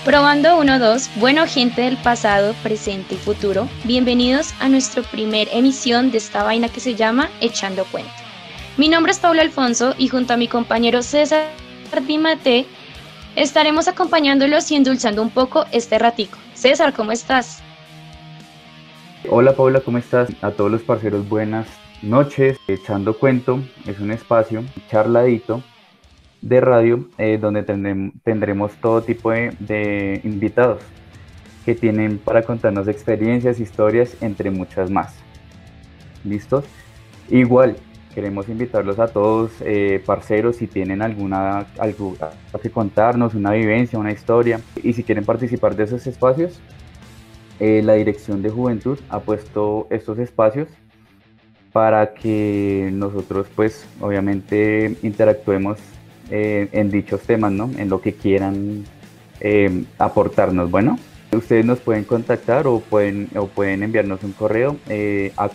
Probando uno, 2. Bueno, gente del pasado, presente y futuro, bienvenidos a nuestra primer emisión de esta vaina que se llama Echando Cuento. Mi nombre es Paula Alfonso y junto a mi compañero César Dimate estaremos acompañándolos y endulzando un poco este ratico. César, ¿cómo estás? Hola Paula, ¿cómo estás? A todos los parceros, buenas noches. Echando Cuento es un espacio charladito de radio donde tendremos todo tipo de invitados que tienen para contarnos experiencias, historias, entre muchas más. ¿Listos? Igual, queremos invitarlos a todos, parceros, si tienen algo que contarnos, una vivencia, una historia, y si quieren participar de esos espacios, la Dirección de Juventud ha puesto estos espacios para que nosotros, pues, obviamente interactuemos en dichos temas, ¿no? En lo que quieran aportarnos. Bueno, ustedes nos pueden contactar o pueden enviarnos un correo a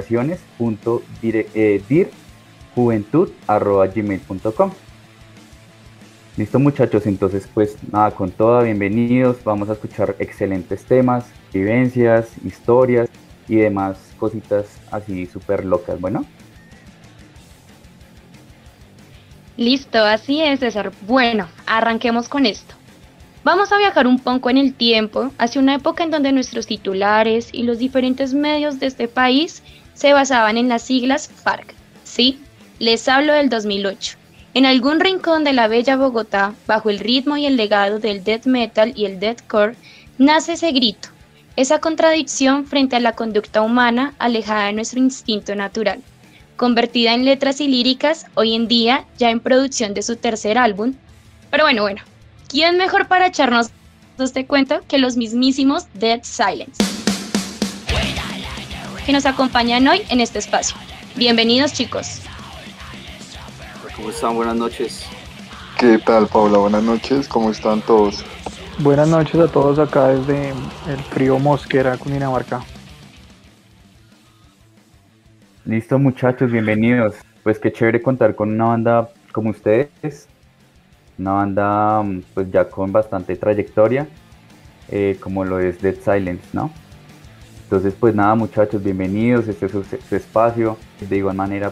comunicaciones.dirjuventud@gmail.com. Listo, muchachos, entonces pues nada, con toda, bienvenidos, vamos a escuchar excelentes temas, vivencias, historias y demás cositas así súper locas. Bueno, Listo, así es, César. Bueno, arranquemos con esto. Vamos a viajar un poco en el tiempo hacia una época en donde nuestros titulares y los diferentes medios de este país se basaban en las siglas FARC. Sí, les hablo del 2008. En algún rincón de la bella Bogotá, bajo el ritmo y el legado del death metal y el deathcore, nace ese grito, esa contradicción frente a la conducta humana alejada de nuestro instinto natural, convertida en letras y líricas hoy en día ya en producción de su tercer álbum. Pero bueno, ¿quién mejor para echarnos este cuento que los mismísimos Dead Silence, que nos acompañan hoy en este espacio? Bienvenidos, chicos. ¿Cómo están? Buenas noches. ¿Qué tal, Paula? Buenas noches, ¿cómo están todos? Buenas noches a todos acá desde el frío Mosquera, Cundinamarca. listo, muchachos, bienvenidos. Pues qué chévere contar con una banda como ustedes, una banda pues ya con bastante trayectoria, como lo es Dead Silence, ¿no? Entonces, pues nada, muchachos, bienvenidos, este es su espacio. De igual manera,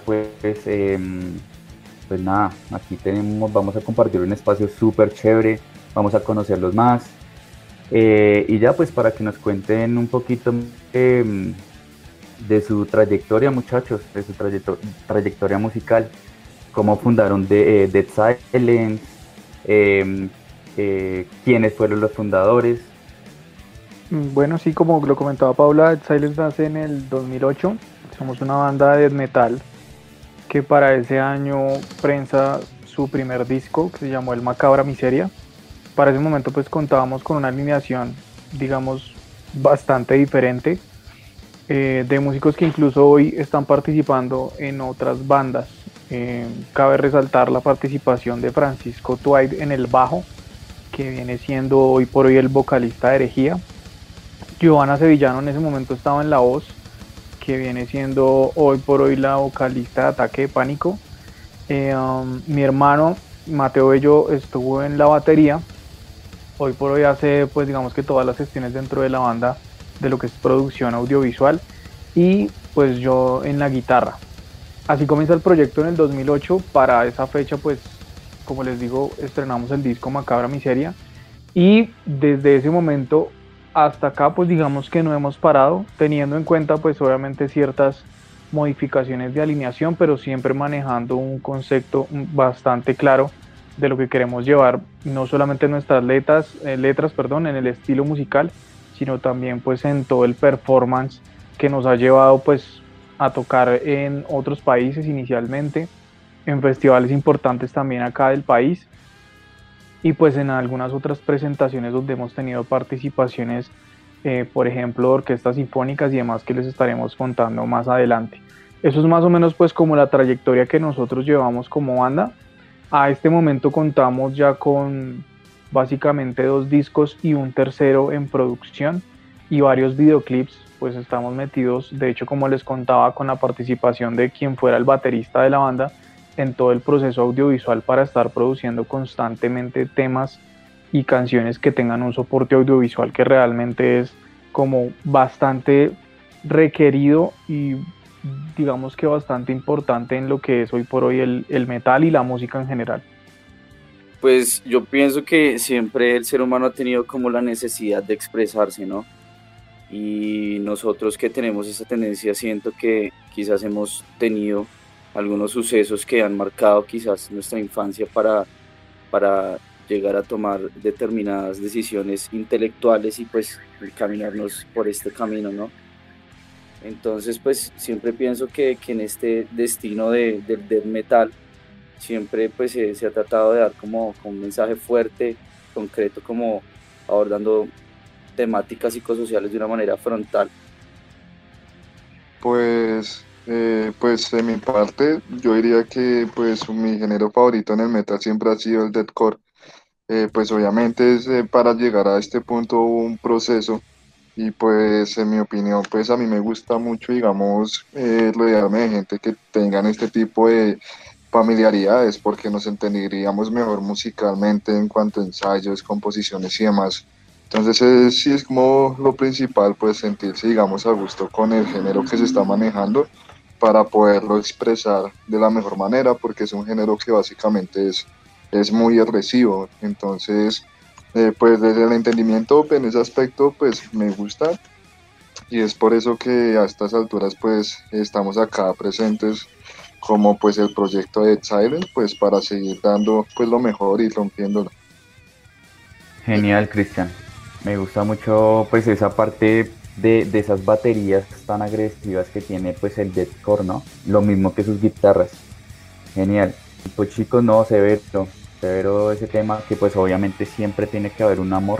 pues nada, aquí vamos a compartir un espacio súper chévere, vamos a conocerlos más. Y ya pues para que nos cuenten un poquito de su trayectoria, muchachos, de su trayectoria musical, cómo fundaron Dead Silence, quiénes fueron los fundadores. Bueno, sí, como lo comentaba Paula, Dead Silence nace en el 2008. Somos una banda de death metal que para ese año prensa su primer disco, que se llamó El Macabra Miseria. Para ese momento pues contábamos con una alineación, digamos, bastante diferente, de músicos que incluso hoy están participando en otras bandas. Cabe resaltar la participación de Francisco Twight en el bajo, que viene siendo hoy por hoy el vocalista de Herejía. Giovanna Sevillano en ese momento estaba en la voz, que viene siendo hoy por hoy la vocalista de Ataque de Pánico. Mi hermano Mateo Bello estuvo en la batería. Hoy por hoy hace, pues digamos que todas las gestiones dentro de la banda de lo que es producción audiovisual, y pues yo en la guitarra. Así comienza el proyecto en el 2008. Para esa fecha, pues como les digo, estrenamos el disco Macabra Miseria, y desde ese momento hasta acá pues digamos que no hemos parado, teniendo en cuenta pues obviamente ciertas modificaciones de alineación, pero siempre manejando un concepto bastante claro de lo que queremos llevar, no solamente en nuestras letras, en el estilo musical, sino también pues en todo el performance que nos ha llevado pues a tocar en otros países inicialmente, en festivales importantes también acá del país, y pues en algunas otras presentaciones donde hemos tenido participaciones, por ejemplo, orquestas sinfónicas y demás, que les estaremos contando más adelante. Eso es más o menos pues como la trayectoria que nosotros llevamos como banda. A este momento contamos ya con básicamente 2 discos y un tercero en producción, y varios videoclips. Pues estamos metidos, de hecho, como les contaba, con la participación de quien fuera el baterista de la banda en todo el proceso audiovisual, para estar produciendo constantemente temas y canciones que tengan un soporte audiovisual que realmente es como bastante requerido y digamos que bastante importante en lo que es hoy por hoy el metal y la música en general. Pues yo pienso que siempre el ser humano ha tenido como la necesidad de expresarse, ¿no? Y nosotros que tenemos esa tendencia, siento que quizás hemos tenido algunos sucesos que han marcado quizás nuestra infancia para llegar a tomar determinadas decisiones intelectuales y pues caminarnos por este camino, ¿no? Entonces pues siempre pienso que en este destino del death metal siempre pues se ha tratado de dar como un mensaje fuerte, concreto, como abordando temáticas psicosociales de una manera frontal. Pues de mi parte, yo diría que pues mi género favorito en el metal siempre ha sido el deathcore. Pues obviamente es, para llegar a este punto hubo un proceso y pues en mi opinión pues a mí me gusta mucho, digamos, rodearme de gente que tengan este tipo de familiaridades porque nos entenderíamos mejor musicalmente en cuanto a ensayos, composiciones y demás. Entonces sí es como lo principal, pues sentirse, digamos, a gusto con el género que se está manejando para poderlo expresar de la mejor manera, porque es un género que básicamente es muy agresivo. Entonces, pues desde el entendimiento en ese aspecto, pues me gusta y es por eso que a estas alturas pues estamos acá presentes como pues el proyecto de Silent, pues para seguir dando pues lo mejor y rompiéndolo. Genial, Cristian. Me gusta mucho pues esa parte de esas baterías tan agresivas que tiene pues el deathcore, ¿no? Lo mismo que sus guitarras. Genial. Pues chicos, no, severo, severo ese tema que pues obviamente siempre tiene que haber un amor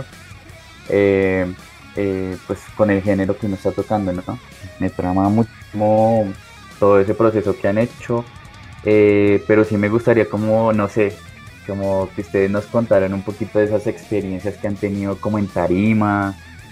pues con el género que uno está tocando, ¿no? Me trama mucho todo ese proceso que han hecho, pero sí me gustaría como, no sé, como que ustedes nos contaran un poquito de esas experiencias que han tenido como en tarima,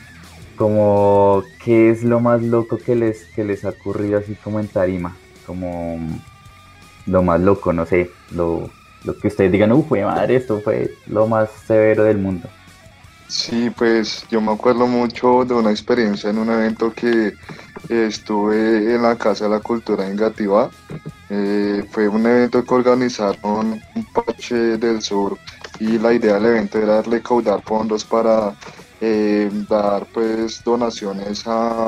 como qué es lo más loco que les ha ocurrido así como en tarima, como lo más loco, no sé, lo que ustedes digan, fue madre, esto fue lo más severo del mundo. Sí, pues yo me acuerdo mucho de una experiencia en un evento que estuve en la Casa de la Cultura en Gativá. Fue un evento que organizaron un parche del sur y la idea del evento era recaudar fondos para dar pues donaciones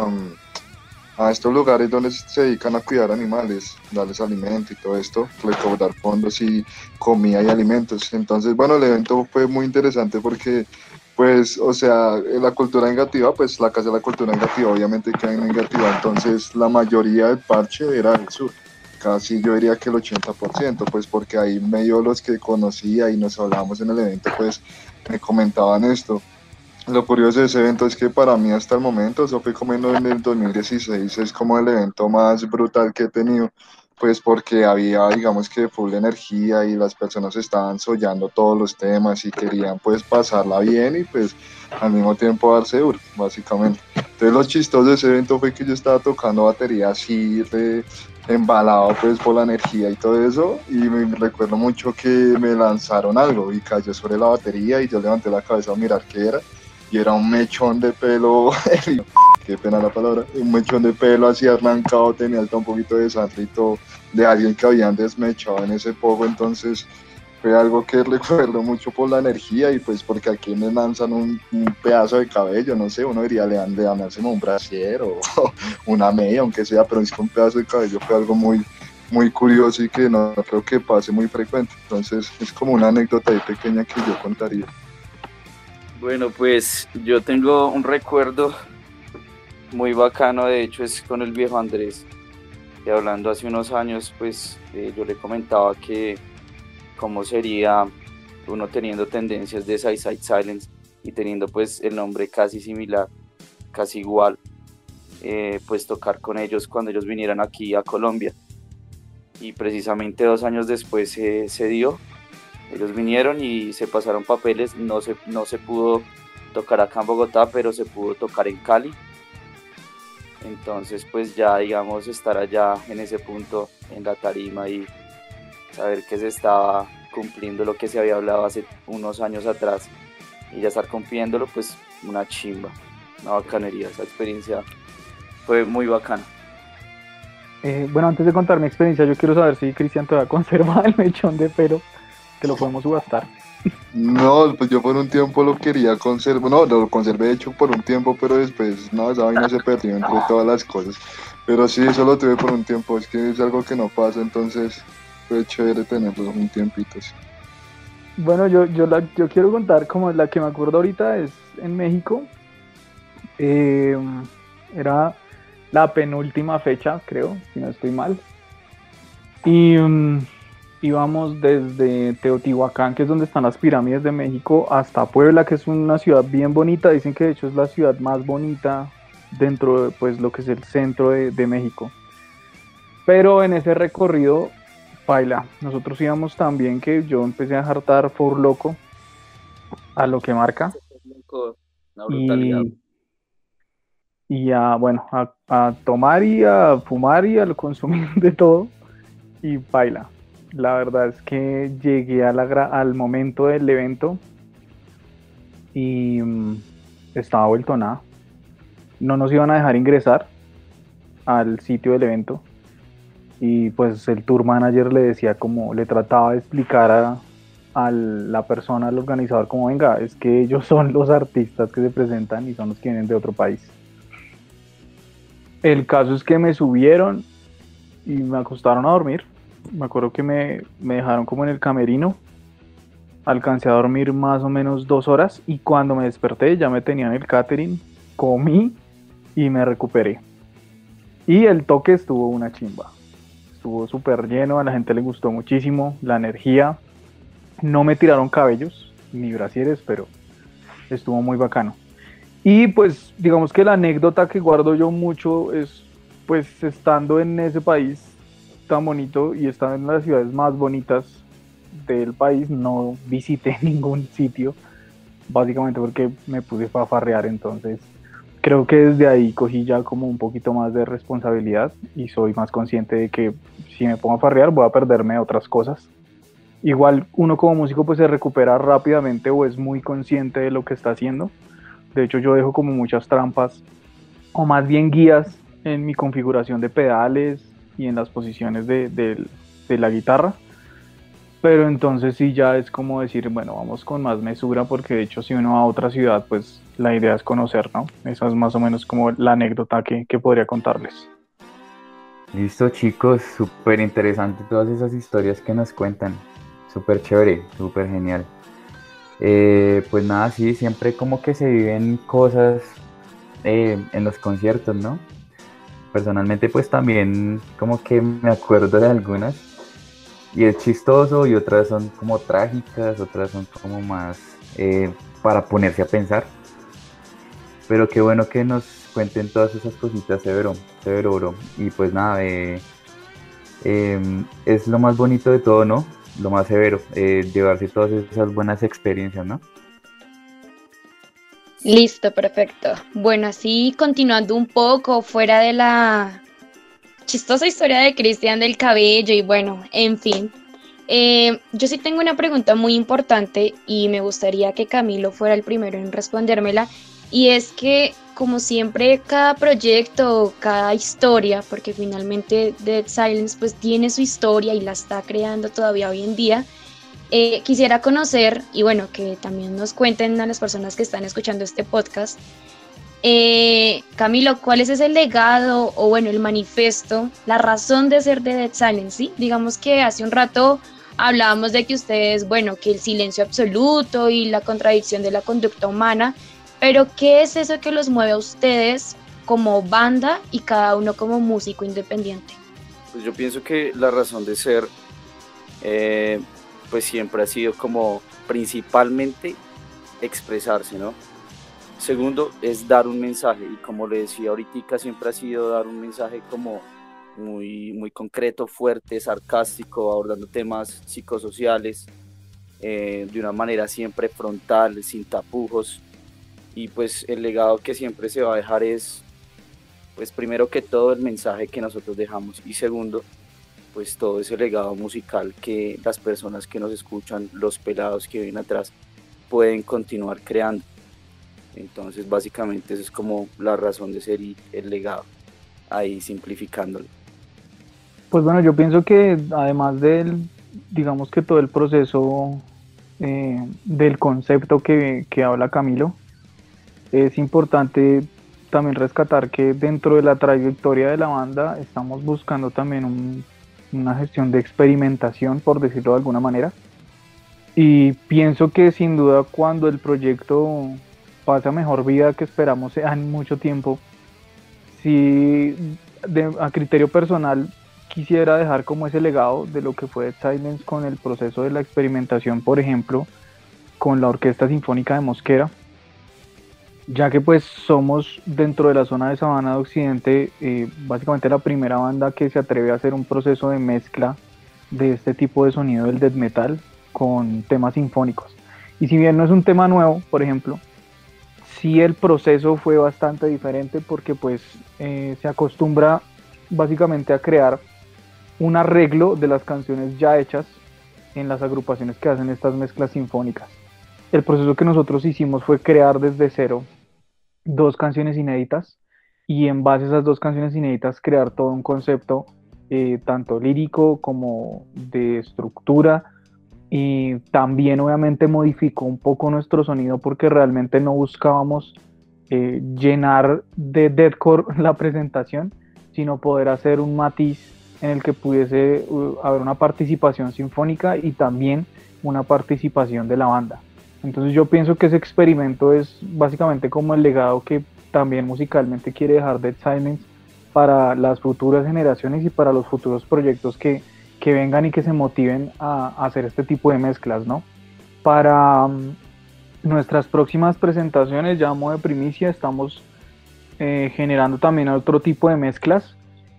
a estos lugares donde se dedican a cuidar animales, darles alimento y todo esto, recaudar fondos y comida y alimentos. Entonces, bueno, el evento fue muy interesante porque, pues, o sea, la cultura engativa, pues la Casa de la Cultura engativa, obviamente queda en Engativá, entonces la mayoría del parche era del sur. Casi yo diría que el 80%, pues porque ahí medio los que conocía y nos hablábamos en el evento, pues me comentaban esto. Lo curioso de ese evento es que para mí hasta el momento, eso fue como en el 2016, es como el evento más brutal que he tenido, pues porque había, digamos que full energía y las personas estaban sollando todos los temas y querían pues pasarla bien y pues al mismo tiempo darse duro, básicamente. Entonces lo chistoso de ese evento fue que yo estaba tocando batería así, embalado pues por la energía y todo eso y me recuerdo mucho que me lanzaron algo y cayó sobre la batería y yo levanté la cabeza a mirar qué era y era un mechón de pelo, qué pena la palabra, un mechón de pelo así arrancado, tenía hasta un poquito de sangre y todo, de alguien que habían desmechado en ese poco, entonces fue algo que recuerdo mucho por la energía y pues porque aquí me lanzan un pedazo de cabello, no sé, uno diría le dan un brasier o una media, aunque sea, pero es que un pedazo de cabello fue algo muy curioso y que no creo que pase muy frecuente, entonces es como una anécdota ahí pequeña que yo contaría. Bueno, pues yo tengo un recuerdo muy bacano, de hecho es con el viejo Andrés, que hablando hace unos años, pues yo le comentaba que cómo sería uno teniendo tendencias de Suicide Silence y teniendo pues el nombre casi similar, casi igual, pues tocar con ellos cuando ellos vinieran aquí a Colombia. Y precisamente 2 años después se dio. Ellos vinieron y se pasaron papeles, no se pudo tocar acá en Bogotá, pero se pudo tocar en Cali. Entonces pues ya digamos estar allá en ese punto en la tarima y saber que se estaba cumpliendo lo que se había hablado hace unos años atrás, y ya estar compitiéndolo, pues una chimba, una bacanería. Esa experiencia fue muy bacana. Bueno, antes de contar mi experiencia, yo quiero saber si Cristian todavía conserva el mechón de pelo, que lo podemos subastar. No, pues yo por un tiempo lo quería conservar, no, lo conservé hecho por un tiempo, pero después, no, esa vaina se perdió entre todas las cosas. Pero sí, eso lo tuve por un tiempo, es que es algo que no pasa, entonces fue chévere tenerlo un tiempito. Sí. Bueno, yo quiero contar como la que me acuerdo ahorita es en México. Era la penúltima fecha, creo, si no estoy mal. Y íbamos desde Teotihuacán, que es donde están las pirámides de México, hasta Puebla, que es una ciudad bien bonita. Dicen que de hecho es la ciudad más bonita dentro de pues, lo que es el centro de México. Pero en ese recorrido, paila, nosotros íbamos tan bien que yo empecé a hartar por loco a lo que marca. Una brutalidad. Y a tomar y a fumar y a consumir de todo. Y paila. La verdad es que llegué al momento del evento y estaba vuelto nada. No nos iban a dejar ingresar al sitio del evento. Y pues el tour manager le decía como, le trataba de explicar a la persona, al organizador, como venga, es que ellos son los artistas que se presentan y son los que vienen de otro país. El caso es que me subieron y me acostaron a dormir. Me acuerdo que me dejaron como en el camerino. Alcancé a dormir más o menos 2 horas y cuando me desperté ya me tenían el catering, comí y me recuperé. Y el toque estuvo una chimba. Estuvo súper lleno, a la gente le gustó muchísimo, la energía. No me tiraron cabellos ni brasieres, pero estuvo muy bacano. Y pues digamos que la anécdota que guardo yo mucho es pues estando en ese país tan bonito y estando en las ciudades más bonitas del país, no visité ningún sitio, básicamente porque me puse a farrear. Entonces creo que desde ahí cogí ya como un poquito más de responsabilidad y soy más consciente de que si me pongo a farrear voy a perderme de otras cosas. Igual uno como músico pues se recupera rápidamente o es muy consciente de lo que está haciendo. De hecho yo dejo como muchas trampas o más bien guías en mi configuración de pedales y en las posiciones de la guitarra. Pero entonces sí ya es como decir, bueno, vamos con más mesura porque de hecho si uno va a otra ciudad pues la idea es conocer, ¿no? Esa es más o menos como la anécdota que podría contarles. Listo, chicos, súper interesante todas esas historias que nos cuentan. Súper chévere, súper genial. Pues nada, sí, siempre como que se viven cosas en los conciertos, ¿no? Personalmente pues también como que me acuerdo de algunas y es chistoso y otras son como trágicas, otras son como más para ponerse a pensar. Pero qué bueno que nos cuenten todas esas cositas, severo, severo, bro. Y pues nada, es lo más bonito de todo, ¿no? Lo más severo, llevarse todas esas buenas experiencias, ¿no? Listo, perfecto. Bueno, así continuando un poco fuera de la chistosa historia de Cristian del cabello y bueno, en fin. Yo sí tengo una pregunta muy importante y me gustaría que Camilo fuera el primero en respondérmela. Y es que, como siempre, cada proyecto, cada historia, porque finalmente Dead Silence pues tiene su historia y la está creando todavía hoy en día, quisiera conocer, y bueno, que también nos cuenten a las personas que están escuchando este podcast, Camilo, ¿cuál es ese legado o bueno, el manifiesto, la razón de ser de Dead Silence? ¿Sí? Digamos que hace un rato hablábamos de que ustedes, bueno, que el silencio absoluto y la contradicción de la conducta humana, pero ¿qué es eso que los mueve a ustedes como banda y cada uno como músico independiente? Pues yo pienso que la razón de ser pues siempre ha sido como principalmente expresarse, ¿no? Segundo es dar un mensaje y como le decía ahorita siempre ha sido dar un mensaje como muy, muy concreto, fuerte, sarcástico, abordando temas psicosociales de una manera siempre frontal, sin tapujos. Y pues el legado que siempre se va a dejar es, pues primero que todo el mensaje que nosotros dejamos y segundo, pues todo ese legado musical que las personas que nos escuchan, los pelados que vienen atrás, pueden continuar creando. Entonces básicamente eso es como la razón de ser y el legado, ahí simplificándolo. Pues bueno, yo pienso que además digamos que todo el proceso del concepto que habla Camilo, es importante también rescatar que dentro de la trayectoria de la banda estamos buscando también una gestión de experimentación, por decirlo de alguna manera. Y pienso que sin duda cuando el proyecto pasa mejor vida que esperamos en mucho tiempo, sí, a criterio personal quisiera dejar como ese legado de lo que fue Dead Silence con el proceso de la experimentación, por ejemplo, con la Orquesta Sinfónica de Mosquera, ya que pues somos dentro de la zona de Sabana de Occidente básicamente la primera banda que se atreve a hacer un proceso de mezcla de este tipo de sonido del death metal con temas sinfónicos. Y si bien no es un tema nuevo, por ejemplo, sí el proceso fue bastante diferente porque pues se acostumbra básicamente a crear un arreglo de las canciones ya hechas en las agrupaciones que hacen estas mezclas sinfónicas. El proceso que nosotros hicimos fue crear desde cero 2 canciones inéditas y en base a esas 2 canciones inéditas crear todo un concepto tanto lírico como de estructura, y también obviamente modificó un poco nuestro sonido porque realmente no buscábamos llenar de deathcore la presentación, sino poder hacer un matiz en el que pudiese haber una participación sinfónica y también una participación de la banda. Entonces yo pienso que ese experimento es básicamente como el legado que también musicalmente quiere dejar Dead Silence para las futuras generaciones y para los futuros proyectos que vengan y que se motiven a hacer este tipo de mezclas, ¿no? Para nuestras próximas presentaciones, ya a modo de primicia, estamos generando también otro tipo de mezclas.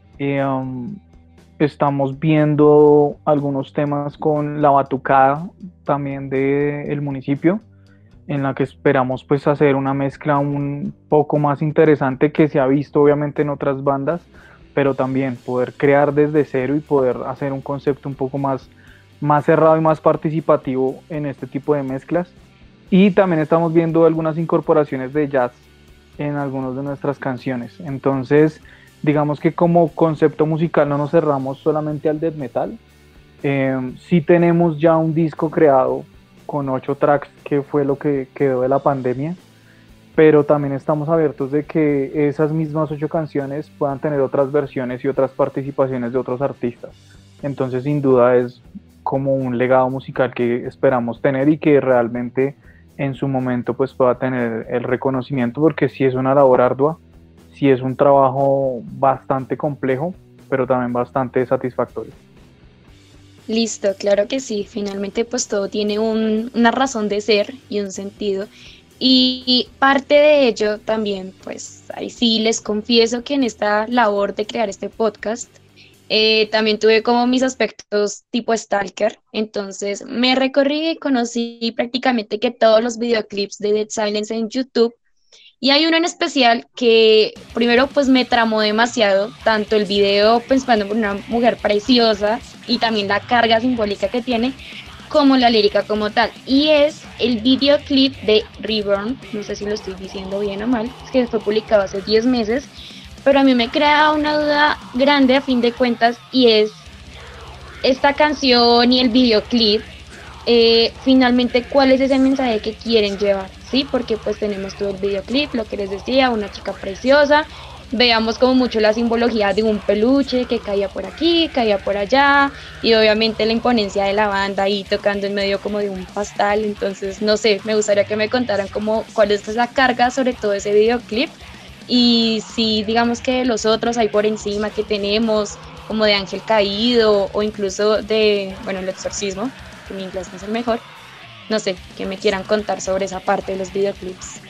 Estamos viendo algunos temas con la batucada también del municipio, en la que esperamos pues hacer una mezcla un poco más interesante que se ha visto obviamente en otras bandas, pero también poder crear desde cero y poder hacer un concepto un poco más cerrado y más participativo en este tipo de mezclas. Y también estamos viendo algunas incorporaciones de jazz en algunas de nuestras canciones. Entonces, digamos que como concepto musical no nos cerramos solamente al death metal. Sí tenemos ya un disco creado con 8 tracks, que fue lo que quedó de la pandemia, pero también estamos abiertos de que esas mismas 8 canciones puedan tener otras versiones y otras participaciones de otros artistas. Entonces sin duda es como un legado musical que esperamos tener y que realmente en su momento pues pueda tener el reconocimiento, porque sí es una labor ardua, sí es un trabajo bastante complejo, pero también bastante satisfactorio. Listo, claro que sí. Finalmente pues todo tiene una razón de ser y un sentido. Y parte de ello también, pues ahí sí les confieso que en esta labor de crear este podcast, también tuve como mis aspectos tipo stalker. Entonces me recorrí y conocí prácticamente que todos los videoclips de Dead Silence en YouTube. Y hay uno en especial que primero pues me tramó demasiado, tanto el video pensando por una mujer preciosa y también la carga simbólica que tiene, como la lírica como tal, y es el videoclip de Reborn. No sé si lo estoy diciendo bien o mal, es que fue publicado hace 10 meses, pero a mí me crea una duda grande a fin de cuentas, y es esta canción y el videoclip, finalmente cuál es ese mensaje que quieren llevar, ¿sí? Porque pues tenemos todo el videoclip, lo que les decía, una chica preciosa. Veamos como mucho la simbología de un peluche que caía por aquí, caía por allá, y obviamente la imponencia de la banda ahí tocando en medio como de un pastel. Entonces, no sé, me gustaría que me contaran como cuál es la carga sobre todo ese videoclip, y si digamos que los otros ahí por encima que tenemos, como de Ángel Caído o incluso de, bueno, El Exorcismo, que mi inglés no es el mejor, no sé, que me quieran contar sobre esa parte de los videoclips.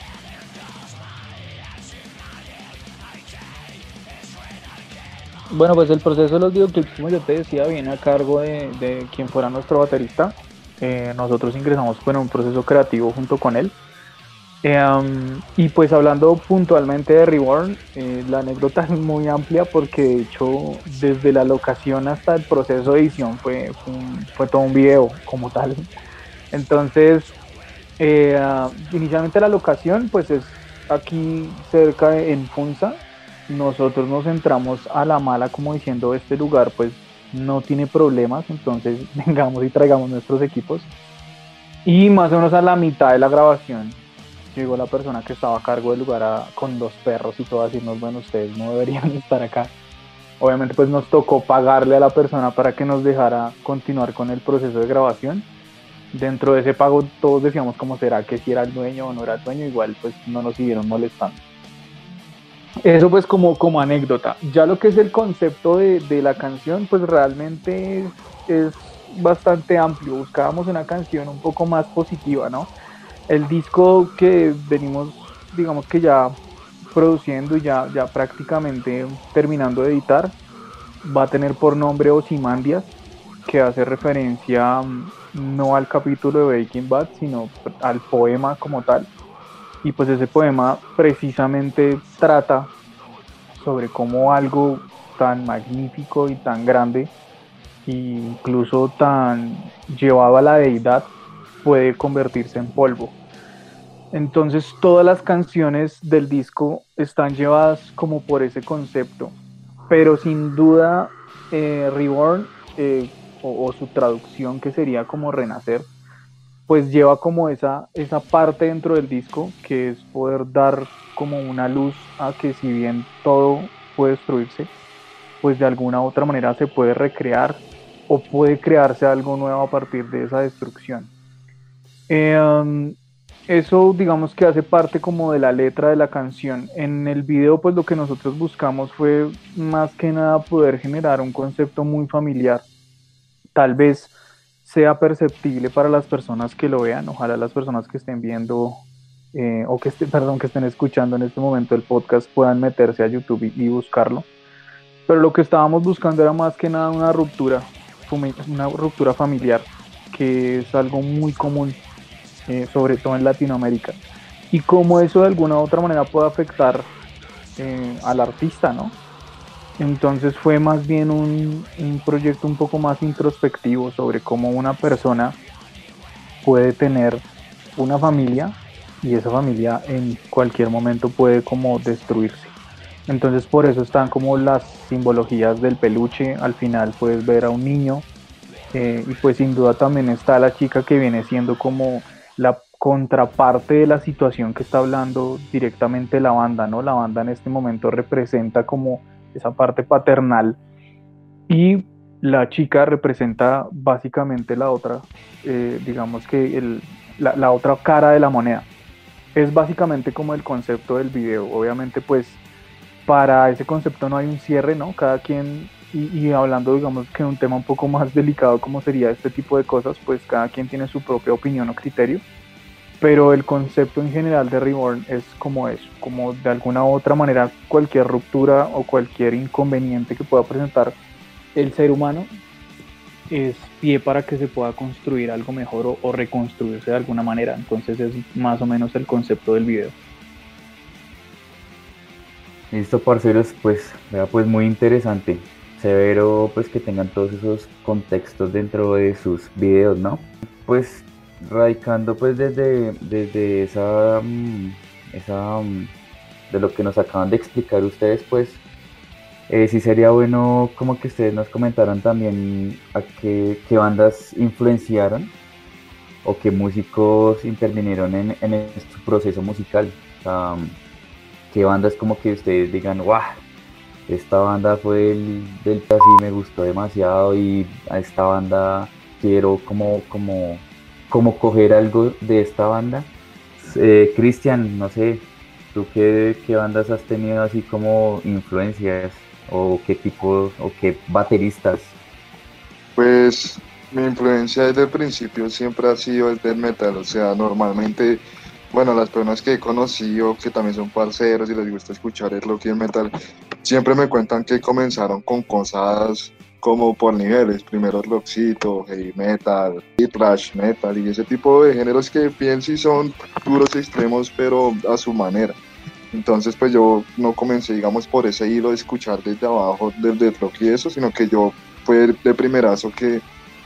Bueno, pues el proceso de los videoclips, como yo te decía, viene a cargo de quien fuera nuestro baterista. Nosotros ingresamos en un proceso creativo junto con él. Y pues hablando puntualmente de Reborn, la anécdota es muy amplia porque de hecho desde la locación hasta el proceso de edición fue todo un video como tal. Entonces Inicialmente la locación pues es aquí cerca en Funza. Nosotros nos centramos a la mala como diciendo este lugar pues no tiene problemas, entonces vengamos y traigamos nuestros equipos. Y más o menos a la mitad de la grabación llegó la persona que estaba a cargo del lugar con los perros y todo a decirnos, bueno, ustedes no deberían estar acá. Obviamente pues nos tocó pagarle a la persona para que nos dejara continuar con el proceso de grabación. Dentro de ese pago todos decíamos cómo será que si era el dueño o no era el dueño, igual pues no nos siguieron molestando. Eso pues como anécdota. Ya lo que es el concepto de la canción pues realmente es bastante amplio. Buscábamos una canción un poco más positiva, ¿no? El disco que venimos, digamos que ya produciendo y ya prácticamente terminando de editar, va a tener por nombre Ozymandias, que hace referencia no al capítulo de Breaking Bad, sino al poema como tal. Y pues ese poema precisamente trata sobre cómo algo tan magnífico y tan grande, e incluso tan llevado a la deidad, puede convertirse en polvo. Entonces todas las canciones del disco están llevadas como por ese concepto, pero sin duda Reborn, o su traducción que sería como renacer, pues lleva como esa parte dentro del disco que es poder dar como una luz a que si bien todo puede destruirse, pues de alguna u otra manera se puede recrear o puede crearse algo nuevo a partir de esa destrucción. Eso digamos que hace parte como de la letra de la canción. En el video pues lo que nosotros buscamos fue más que nada poder generar un concepto muy familiar. Tal vez sea perceptible para las personas que lo vean, ojalá las personas que estén viendo o que estén escuchando en este momento el podcast puedan meterse a YouTube y buscarlo. Pero lo que estábamos buscando era más que nada una ruptura familiar, que es algo muy común, sobre todo en Latinoamérica, y cómo eso de alguna u otra manera puede afectar al artista, ¿no? Entonces fue más bien un proyecto un poco más introspectivo sobre cómo una persona puede tener una familia y esa familia en cualquier momento puede como destruirse. Entonces por eso están como las simbologías del peluche. Al final puedes ver a un niño, y pues sin duda también está la chica que viene siendo como la contraparte de la situación que está hablando directamente la banda, ¿no? La banda en este momento representa como esa parte paternal y la chica representa básicamente la otra, digamos que la otra cara de la moneda. Es básicamente como el concepto del video. Obviamente pues para ese concepto no hay un cierre, ¿no? Cada quien, y hablando digamos que de un tema un poco más delicado como sería este tipo de cosas, pues cada quien tiene su propia opinión o criterio. Pero el concepto en general de Reborn es como eso, como de alguna u otra manera cualquier ruptura o cualquier inconveniente que pueda presentar el ser humano es pie para que se pueda construir algo mejor o reconstruirse de alguna manera. Entonces es más o menos el concepto del video. Listo, parceros, pues, vea, pues muy interesante. Severo pues que tengan todos esos contextos dentro de sus videos, ¿no? Pues radicando pues desde esa de lo que nos acaban de explicar ustedes, pues sí sería bueno como que ustedes nos comentaran también a qué bandas influenciaron o qué músicos intervinieron en su proceso musical. O sea, qué bandas como que ustedes digan, ¡guau! Esta banda fue del así, me gustó demasiado y a esta banda quiero como coger algo de esta banda. Cristian, no sé, ¿tú qué bandas has tenido así como influencias o qué tipo o qué bateristas? Pues mi influencia desde el principio siempre ha sido el death metal, o sea, normalmente, bueno, las personas que he conocido, que también son parceros y les gusta escuchar el rock y el metal, siempre me cuentan que comenzaron con cosas como por niveles, primero rockcito, heavy metal, y thrash metal y ese tipo de géneros que bien sí son duros extremos, pero a su manera. Entonces pues yo no comencé, digamos, por ese hilo de escuchar desde abajo del rock y eso, sino que yo fue de primerazo que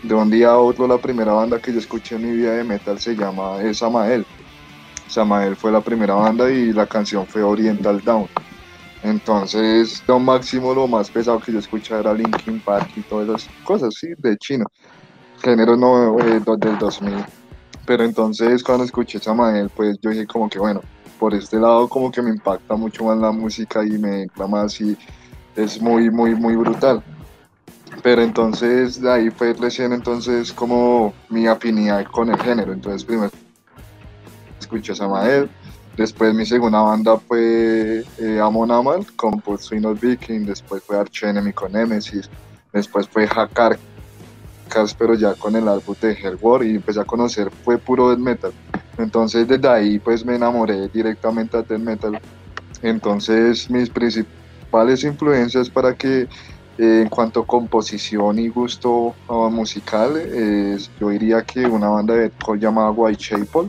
de un día a otro la primera banda que yo escuché en mi vida de metal es Samael. Samael fue la primera banda y la canción fue Oriental Dawn. Entonces, lo máximo, lo más pesado que yo escuchaba era Linkin Park y todas esas cosas, sí, de chino, género no, del 2000. Pero entonces, cuando escuché Samael, pues yo dije como que, bueno, por este lado como que me impacta mucho más la música y me entra más y es muy, muy, muy brutal. Pero entonces, de ahí fue recién entonces como mi afinidad con el género. Entonces, primero escuché Samael. Después mi segunda banda fue Amon Amarth con Pursuit of Viking, después fue Arch Enemy con Nemesis, después fue Hakarkas, pero ya con el álbum de Hellwar y empecé a conocer, fue puro death metal. Entonces desde ahí pues me enamoré directamente de death metal. Entonces mis principales influencias para que en cuanto a composición y gusto musical, yo diría que una banda de deathcore llamada Whitechapel.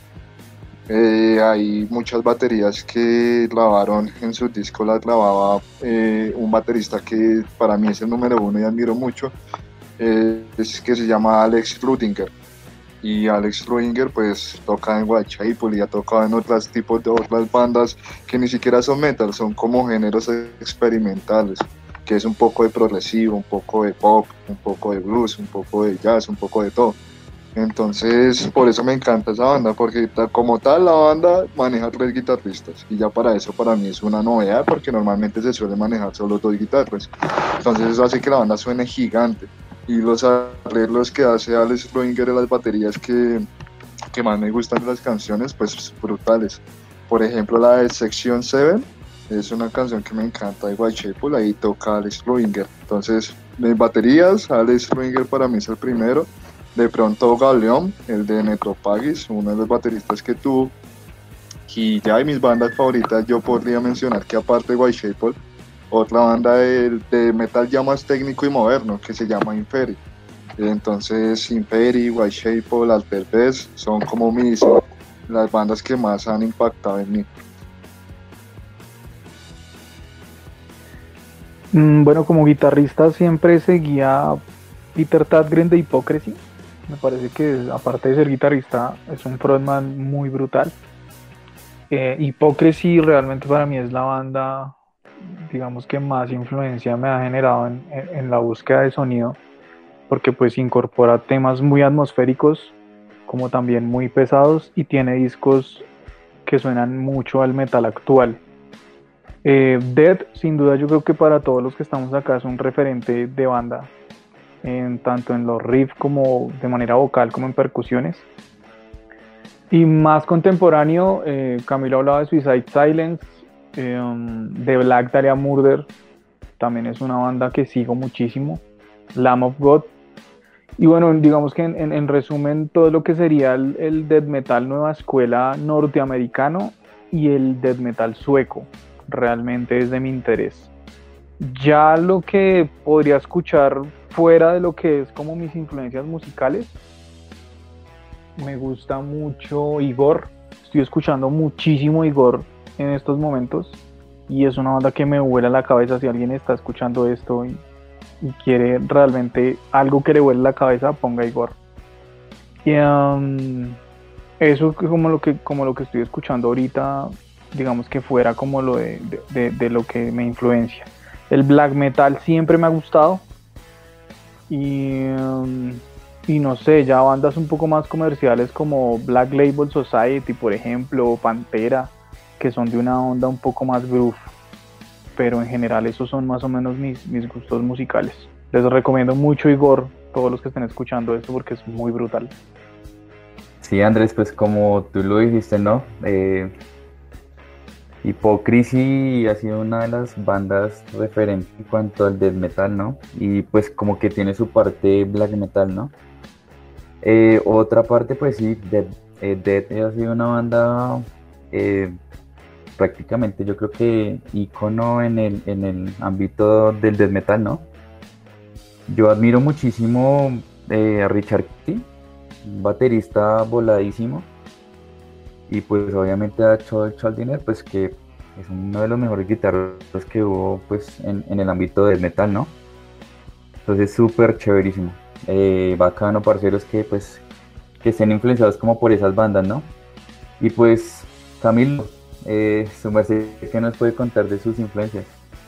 Hay muchas baterías que grabaron en su disco, las grababa un baterista que para mí es el número uno y admiro mucho, es que se llama Alex Rudinger. Y Alex Rudinger pues toca en Whitechapel y ha tocado en otros tipos de otras bandas que ni siquiera son metal, son como géneros experimentales, que es un poco de progresivo, un poco de pop, un poco de blues, un poco de jazz, un poco de todo. Entonces, por eso me encanta esa banda, porque como tal la banda maneja 3 guitarristas y ya para eso para mí es una novedad, porque normalmente se suele manejar solo 2 guitarras. Entonces eso hace que la banda suene gigante y los arreglos que hace Alex Roinger en las baterías que más me gustan de las canciones, pues brutales. Por ejemplo, la de Section 7 es una canción que me encanta de Whitechapel, ahí toca Alex Roinger. Entonces, de baterías, Alex Roinger para mí es el primero. De pronto Galeón, el de Necrophagus, uno de los bateristas que tuvo. Y ya de mis bandas favoritas yo podría mencionar que aparte de Whitechapel, otra banda de metal ya más técnico y moderno que se llama Inferi. Entonces Inferi, Whitechapel, Alter Best son como las bandas que más han impactado en mí. Bueno, como guitarrista siempre seguía Peter Tägtgren de Hypocrisy. Me parece que aparte de ser guitarrista es un frontman muy brutal. Hypocrisy realmente para mí es la banda, digamos, que más influencia me ha generado en la búsqueda de sonido, porque pues incorpora temas muy atmosféricos como también muy pesados y discos que suenan mucho al metal actual. Dead, sin duda, yo creo que para todos los que estamos acá es un referente de banda, tanto en los riffs como de manera vocal como en percusiones. Y más contemporáneo, Camilo hablaba de Suicide Silence, de Black Dahlia Murder, también es una banda que sigo muchísimo, Lamb of God. Y bueno, digamos que en resumen todo lo que sería el death metal nueva escuela norteamericano y el death metal sueco realmente es de mi interés. Ya lo que podría escuchar fuera de lo que es como mis influencias musicales, me gusta mucho Igor, estoy escuchando muchísimo Igor en estos momentos y es una banda que me vuela la cabeza. Si alguien está escuchando esto y quiere realmente algo que le vuele la cabeza, ponga Igor. Y eso como lo que estoy escuchando ahorita, digamos que fuera como lo de lo que me influencia. El black metal siempre me ha gustado y no sé, ya bandas un poco más comerciales como Black Label Society, por ejemplo, o Pantera, que son de una onda un poco más groove, pero en general esos son más o menos mis gustos musicales. Les recomiendo mucho Igor, todos los que estén escuchando esto, porque es muy brutal. Sí, Andrés, pues como tú lo dijiste, ¿no? Hypocrisy ha sido una de las bandas referentes en cuanto al death metal, ¿no? Y pues como que tiene su parte black metal, ¿no? Otra parte, pues sí, Death ha sido una banda prácticamente, yo creo que ícono en el ámbito del death metal, ¿no? Yo admiro muchísimo a Richard Kitty, un baterista voladísimo, y pues obviamente a Joel Chandler, pues que es uno de los mejores guitarristas que hubo pues en el ámbito del metal, ¿no? Entonces súper chéverísimo. bacano, parceros, que pues que estén influenciados como por esas bandas, ¿no? Y pues, Camilo, su merced, ¿qué nos puede contar de sus influencias?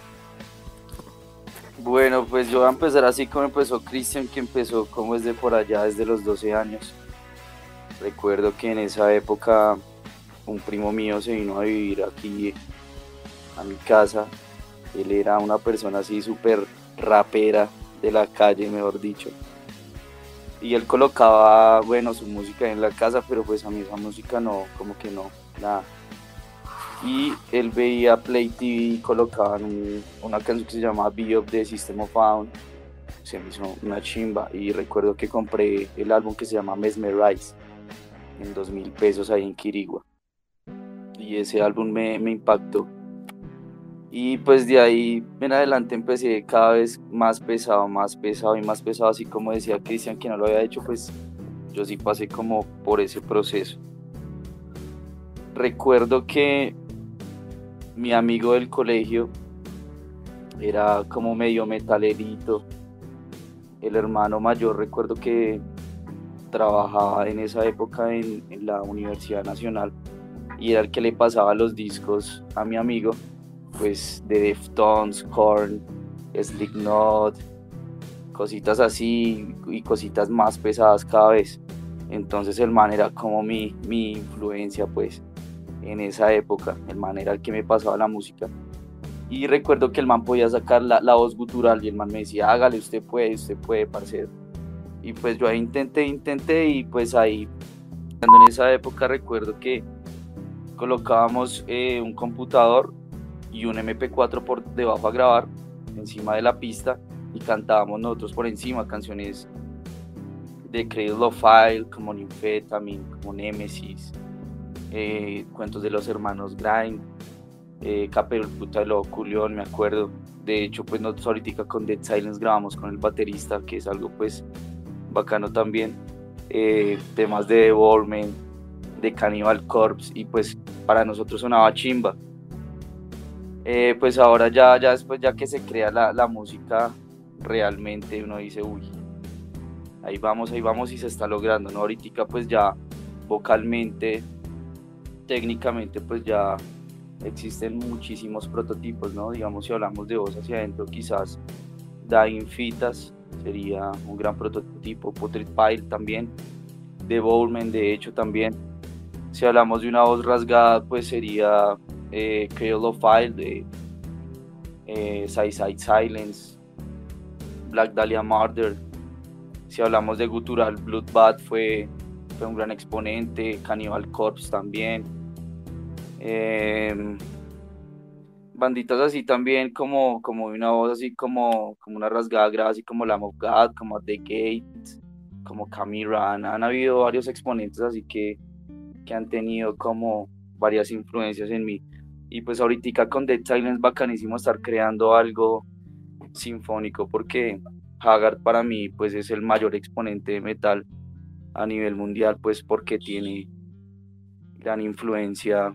Bueno, pues yo voy a empezar así como empezó Cristian, que empezó como desde por allá, desde los 12 años. Recuerdo que en esa época un primo mío se vino a vivir aquí a mi casa. Él era una persona así súper rapera de la calle, mejor dicho. Y él colocaba, bueno, su música en la casa, pero pues a mí esa música no, como que no, nada. Y él veía Play TV y colocaban una canción que se llamaba Be Up de System of a Down. Se me hizo una chimba y recuerdo que compré el álbum que se llama Mesmerize en 2.000 pesos ahí en Quirigua. Y ese álbum me impactó. Y pues de ahí en adelante empecé cada vez más pesado y más pesado, así como decía Cristian que no lo había hecho, pues yo sí pasé como por ese proceso. Recuerdo que mi amigo del colegio era como medio metalerito. El hermano mayor recuerdo que trabajaba en esa época en la Universidad Nacional y era el que le pasaba los discos a mi amigo, pues de Deftones, Korn, Slipknot, cositas así y cositas más pesadas cada vez. Entonces el man era como mi influencia pues en esa época, el man era el que me pasaba la música. Y recuerdo que el man podía sacar la voz gutural y el man me decía, hágale, usted puede, parcero. Y pues yo ahí intenté y pues ahí, en esa época recuerdo que colocábamos un computador y un MP4 por debajo a grabar encima de la pista y cantábamos nosotros por encima canciones de Cradle of Filth como Nymphetamine, como Nemesis, cuentos de los hermanos Grind, Capelputa de Lobo Culión, me acuerdo. De hecho pues nosotros ahorita con Dead Silence grabamos con el baterista, que es algo pues bacano también, temas de Devolmen, de Cannibal Corpse, y pues para nosotros sonaba chimba. Pues ahora ya después, ya que se crea la música realmente, uno dice, uy, ahí vamos y se está logrando, ¿no? Ahorita pues ya vocalmente, técnicamente pues ya existen muchísimos prototipos, ¿no? Digamos, si hablamos de voz hacia adentro, quizás Dying Fetus sería un gran prototipo, Putrid Pile también, Devolmen de hecho también. Si hablamos de una voz rasgada, pues sería Cradle of Filth de Suicide Silence, Black Dahlia Murder. Si hablamos de gutural, Bloodbath fue un gran exponente, Cannibal Corpse también. Banditas así también como una voz así como una rasgada grave, así como Lamb of God, como The Gates, como Camira. Han habido varios exponentes así que han tenido como varias influencias en mí. Y pues ahorita con Dead Silence bacanísimo estar creando algo sinfónico, porque Haggard para mí pues es el mayor exponente de metal a nivel mundial, pues porque tiene gran influencia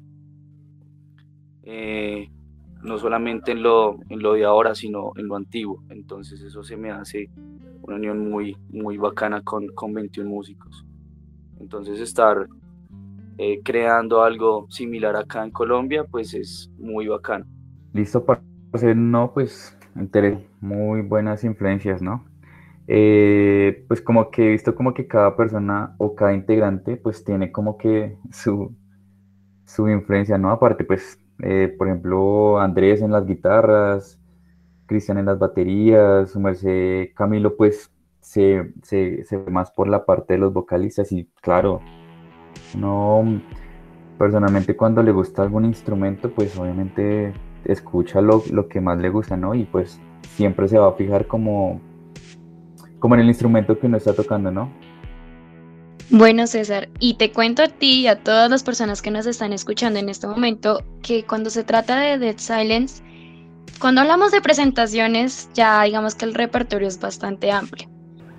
no solamente en lo de ahora, sino en lo antiguo. Entonces eso se me hace una unión muy, muy bacana con 21 músicos. Entonces estar creando algo similar acá en Colombia, pues es muy bacano. Listo, hacer no, pues muy buenas influencias, ¿no? Pues como que he visto como que cada persona o cada integrante pues tiene como que su influencia, ¿no? Aparte pues, por ejemplo, Andrés en las guitarras, Cristian en las baterías, su merced Camilo pues se ve más por la parte de los vocalistas y claro, no, personalmente cuando le gusta algún instrumento, pues obviamente escucha lo que más le gusta, ¿no? Y pues siempre se va a fijar como en el instrumento que uno está tocando, ¿no? Bueno, César, y te cuento a ti y a todas las personas que nos están escuchando en este momento que cuando se trata de Dead Silence, cuando hablamos de presentaciones, ya digamos que el repertorio es bastante amplio.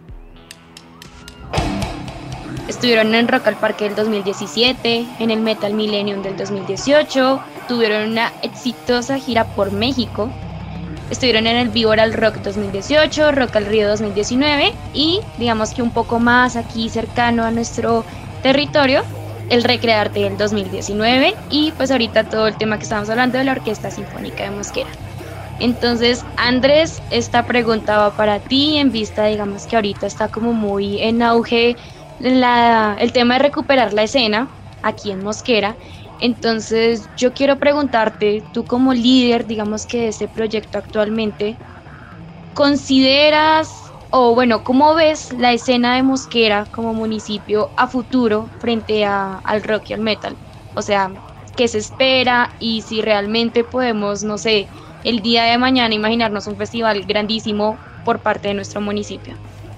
Estuvieron en Rock al Parque del 2017, en el Metal Millennium del 2018, tuvieron una exitosa gira por México estuvieron en el Víbora al Rock 2018, Rock al Río 2019 y digamos que un poco más aquí cercano a nuestro territorio, el Recrearte del 2019 y pues ahorita todo el tema que estamos hablando de la Orquesta Sinfónica de Mosquera. Entonces, Andrés, esta pregunta va para ti en vista, digamos que ahorita está como muy en auge el tema de recuperar la escena aquí en Mosquera. Entonces, yo quiero preguntarte, tú como líder, digamos que de este proyecto actualmente, ¿consideras o bueno, cómo ves la escena de Mosquera como municipio a futuro frente al rock y al metal? O sea, ¿qué se espera? Y si realmente podemos, no sé, el día de mañana imaginarnos un festival grandísimo por parte de nuestro municipio.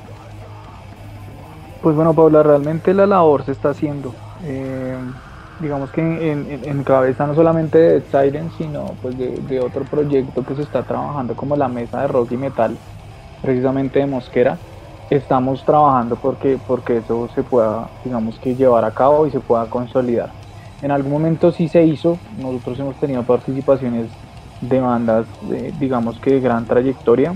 Pues bueno, Paula, realmente la labor se está haciendo. Digamos que en cabeza no solamente de Dead Silence, sino pues de otro proyecto que se está trabajando como la mesa de rock y metal, precisamente de Mosquera. Estamos trabajando porque eso se pueda, digamos que llevar a cabo y se pueda consolidar. En algún momento sí se hizo, nosotros hemos tenido participaciones de bandas, digamos que de gran trayectoria,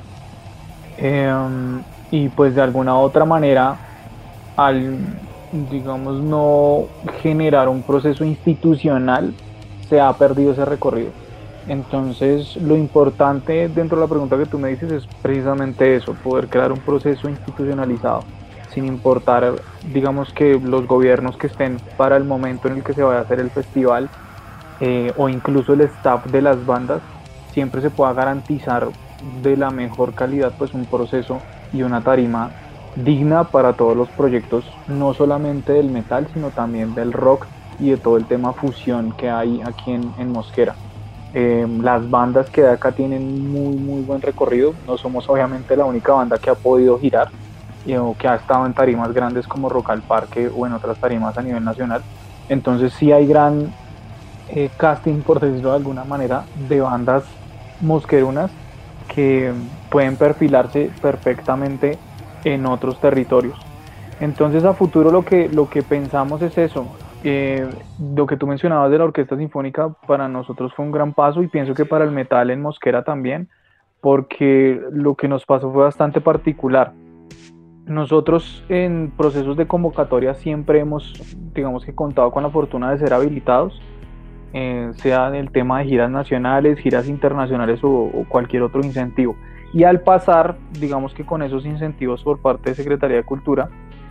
y pues de alguna otra manera, al, digamos, no generar un proceso institucional, se ha perdido ese recorrido. Entonces, lo importante dentro de la pregunta que tú me dices es precisamente eso, poder crear un proceso institucionalizado, sin importar, digamos, que los gobiernos que estén para el momento en el que se vaya a hacer el festival, o incluso el staff de las bandas, siempre se pueda garantizar de la mejor calidad pues un proceso y una tarima digna para todos los proyectos, no solamente del metal, sino también del rock y de todo el tema fusión que hay aquí en Mosquera. Las bandas que de acá tienen muy buen recorrido, no somos obviamente la única banda que ha podido girar o que ha estado en tarimas grandes como Rock al Parque o en otras tarimas a nivel nacional. Entonces sí hay gran casting, por decirlo de alguna manera, de bandas mosquerunas que pueden perfilarse perfectamente en otros territorios. Entonces a futuro lo que pensamos es eso. Lo que tú mencionabas de la Orquesta Sinfónica para nosotros fue un gran paso y pienso que para el metal en Mosquera también, porque lo que nos pasó fue bastante particular. Nosotros en procesos de convocatoria siempre hemos, digamos que contado con la fortuna de ser habilitados, sea en el tema de giras nacionales, giras internacionales o cualquier otro incentivo. Y al pasar, digamos que con esos incentivos por parte de Secretaría de Cultura,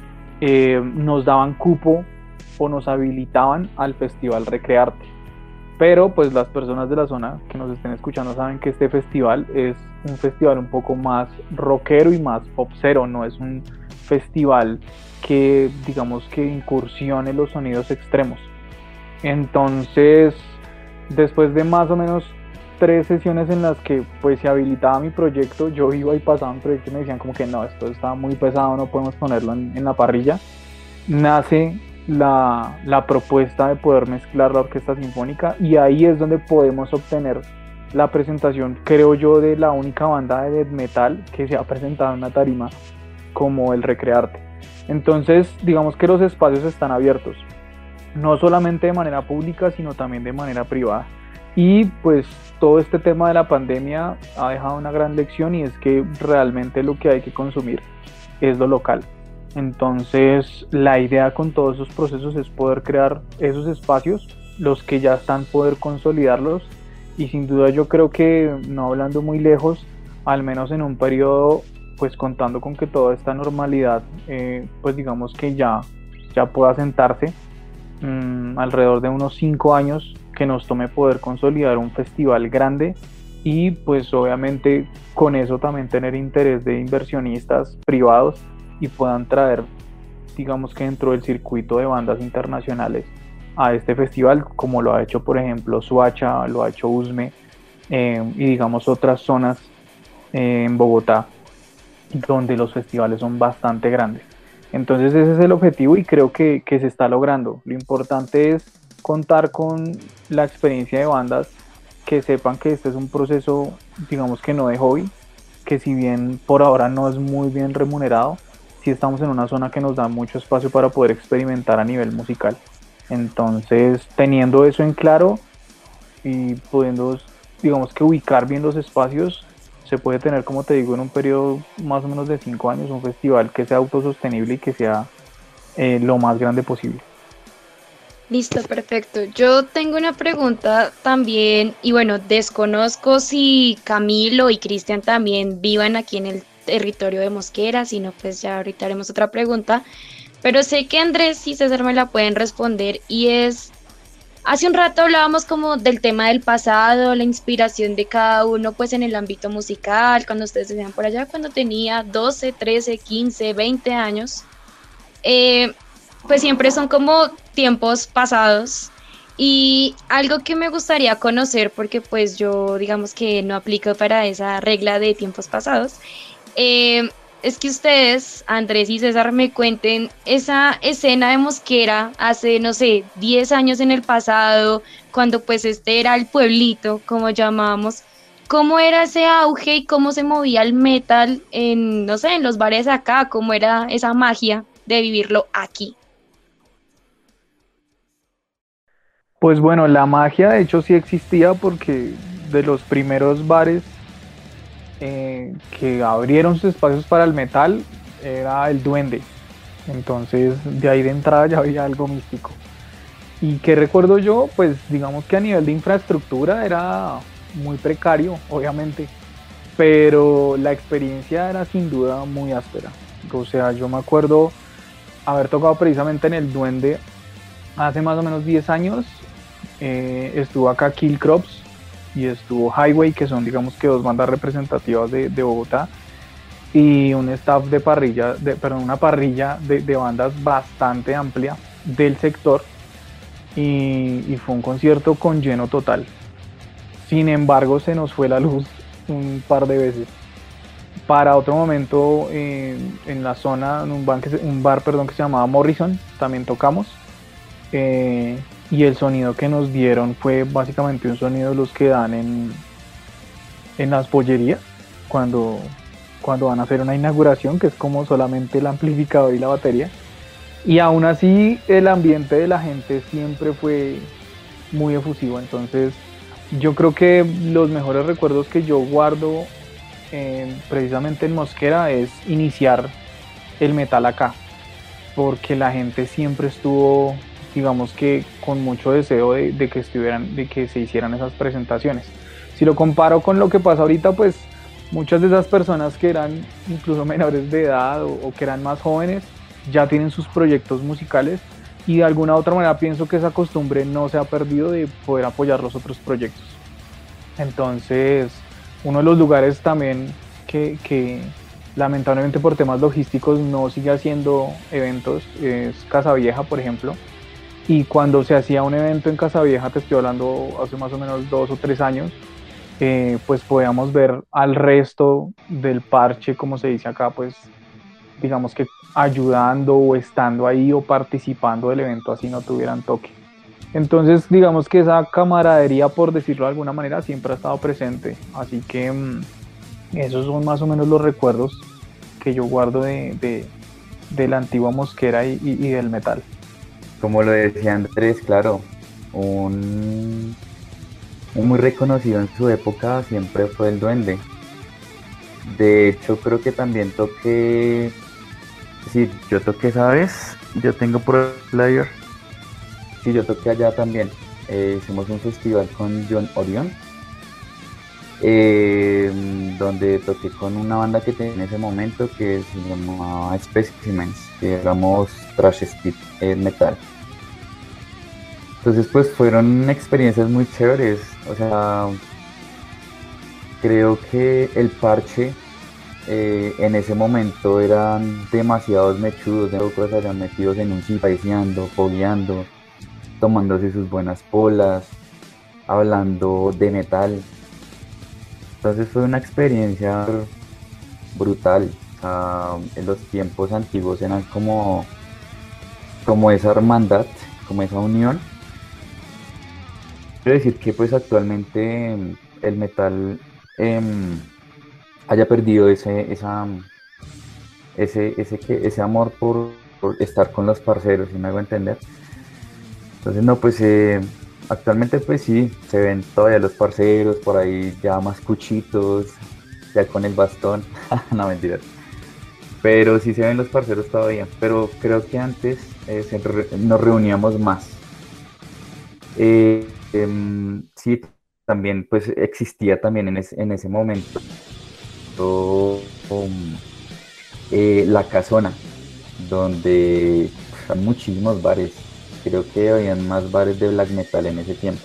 nos daban cupo o nos habilitaban al Festival Recrearte. Pero pues las personas de la zona que nos estén escuchando saben que este festival es un festival un poco más rockero y más popsero, no es un festival que digamos que incursione los sonidos extremos. Entonces, después de más o menos 3 sesiones en las que pues se habilitaba mi proyecto, yo iba y pasaba un proyecto y me decían como que no, esto está muy pesado, no podemos ponerlo en la parrilla. Nace la propuesta de poder mezclar la orquesta sinfónica y ahí es donde podemos obtener la presentación, creo yo, de la única banda de death metal que se ha presentado en una tarima como el Recrearte. Entonces, digamos que los espacios están abiertos, no solamente de manera pública, sino también de manera privada. Y pues todo este tema de la pandemia ha dejado una gran lección y es que realmente lo que hay que consumir es lo local. Entonces la idea con todos esos procesos es poder crear esos espacios, los que ya están, poder consolidarlos y sin duda yo creo que, no hablando muy lejos, al menos en un periodo, pues contando con que toda esta normalidad pues digamos que ya pueda sentarse, alrededor de unos 5 años que nos tome poder consolidar un festival grande y pues obviamente con eso también tener interés de inversionistas privados y puedan traer, digamos que dentro del circuito de bandas internacionales a este festival, como lo ha hecho por ejemplo Suacha, lo ha hecho Usme, y digamos otras zonas en Bogotá donde los festivales son bastante grandes. Entonces ese es el objetivo y creo que se está logrando. Lo importante es contar con la experiencia de bandas que sepan que este es un proceso, digamos que no de hobby, que si bien por ahora no es muy bien remunerado, sí estamos en una zona que nos da mucho espacio para poder experimentar a nivel musical. Entonces, teniendo eso en claro y pudiendo digamos que ubicar bien los espacios, se puede tener, como te digo, en un periodo más o menos de 5 años, un festival que sea autosostenible y que sea lo más grande posible. Listo, perfecto. Yo tengo una pregunta también, y bueno, desconozco si Camilo y Cristian también vivan aquí en el territorio de Mosquera, si no, pues ya ahorita haremos otra pregunta, pero sé que Andrés y César me la pueden responder y es, hace un rato hablábamos como del tema del pasado, la inspiración de cada uno, pues en el ámbito musical, cuando ustedes decían por allá, cuando tenía 12, 13, 15, 20 años. eh, pues siempre son como tiempos pasados y algo que me gustaría conocer porque pues yo digamos que no aplico para esa regla de tiempos pasados, eh, es que ustedes, Andrés y César, me cuenten esa escena de Mosquera hace, no sé, 10 años en el pasado, cuando pues este era el pueblito, como llamábamos. ¿Cómo era ese auge y cómo se movía el metal en, no sé, en los bares acá? ¿Cómo era esa magia de vivirlo aquí? Pues bueno, la magia de hecho sí existía porque de los primeros bares que abrieron sus espacios para el metal era el Duende. Entonces de ahí de entrada ya había algo místico. ¿Y qué recuerdo yo? Pues digamos que a nivel de infraestructura era muy precario, obviamente, pero la experiencia era sin duda muy áspera. O sea, yo me acuerdo haber tocado precisamente en el Duende hace más o menos 10 años. Estuvo acá Kill Crops y estuvo Highway, que son digamos que dos bandas representativas de Bogotá, y un staff de parrilla, una parrilla de bandas bastante amplia del sector, y fue un concierto con lleno total. Sin embargo, se nos fue la luz un par de veces. Para otro momento, en la zona, en un bar perdón, que se llamaba Morrison, también tocamos. Y el sonido que nos dieron fue básicamente un sonido de los que dan en las pollerías cuando van a hacer una inauguración, que es como solamente el amplificador y la batería. Y aún así el ambiente de la gente siempre fue muy efusivo. Entonces yo creo que los mejores recuerdos que yo guardo precisamente en Mosquera es iniciar el metal acá, porque la gente siempre estuvo, digamos que con mucho deseo de que se hicieran esas presentaciones. Si lo comparo con lo que pasa ahorita, pues muchas de esas personas que eran incluso menores de edad o que eran más jóvenes ya tienen sus proyectos musicales, y de alguna u otra manera pienso que esa costumbre no se ha perdido de poder apoyar los otros proyectos. Entonces, uno de los lugares también que lamentablemente por temas logísticos no sigue haciendo eventos es Casavieja, por ejemplo. Y cuando se hacía un evento en Casavieja, te estoy hablando hace más o menos 2 o 3 años, pues podíamos ver al resto del parche, como se dice acá, pues digamos que ayudando o estando ahí o participando del evento, así no tuvieran toque. Entonces digamos que esa camaradería, por decirlo de alguna manera, siempre ha estado presente. Así que esos son más o menos los recuerdos que yo guardo de la antigua Mosquera y del metal. Como lo decía Andrés, claro, un muy reconocido en su época siempre fue el Duende. De hecho, creo que también toqué, sí, yo toqué esa vez, yo tengo Pro Player, sí, yo toqué allá también. Hicimos un festival con John Orion, donde toqué con una banda que tenía en ese momento que se llamaba Specimens, que éramos thrash speed metal. Entonces pues fueron experiencias muy chéveres, o sea, creo que el parche en ese momento eran demasiados mechudos, demasiados allá metidos en un sitio, paiseando, fogueando, tomándose sus buenas polas, hablando de metal. Entonces fue una experiencia brutal. O sea, en los tiempos antiguos eran como esa hermandad, como esa unión. Quiero decir que pues actualmente el metal haya perdido ese amor por estar con los parceros, si me hago entender. Entonces no, pues Actualmente pues sí, se ven todavía los parceros por ahí ya más cuchitos, ya con el bastón, no mentira. Pero sí se ven los parceros todavía, pero creo que antes nos reuníamos más. Sí, también pues existía también en ese momento um, la casona, donde hay muchísimos bares, creo que habían más bares de black metal en ese tiempo.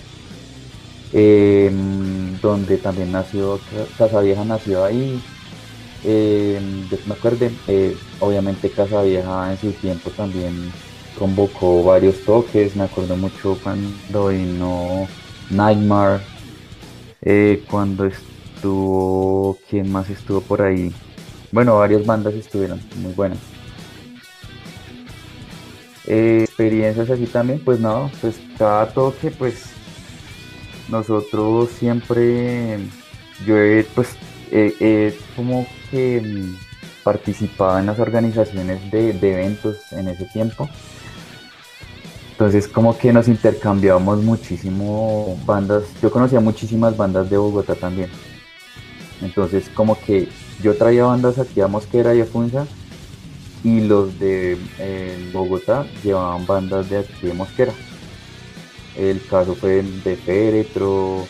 Donde también nació, Casa Vieja nació ahí, yo me acuerdo, obviamente Casa Vieja en su tiempo también convocó varios toques, me acuerdo mucho cuando vino Nightmare, cuando estuvo, ¿quién más estuvo por ahí? Bueno, varias bandas estuvieron muy buenas. Experiencias así también, pues no, pues cada toque, pues nosotros siempre, yo he, pues, como que participaba en las organizaciones de eventos en ese tiempo. Entonces como que nos intercambiábamos muchísimo bandas, yo conocía muchísimas bandas de Bogotá también. Entonces como que yo traía bandas aquí a Mosquera y a Funza y los de Bogotá llevaban bandas de aquí de Mosquera. El caso fue de Féretro,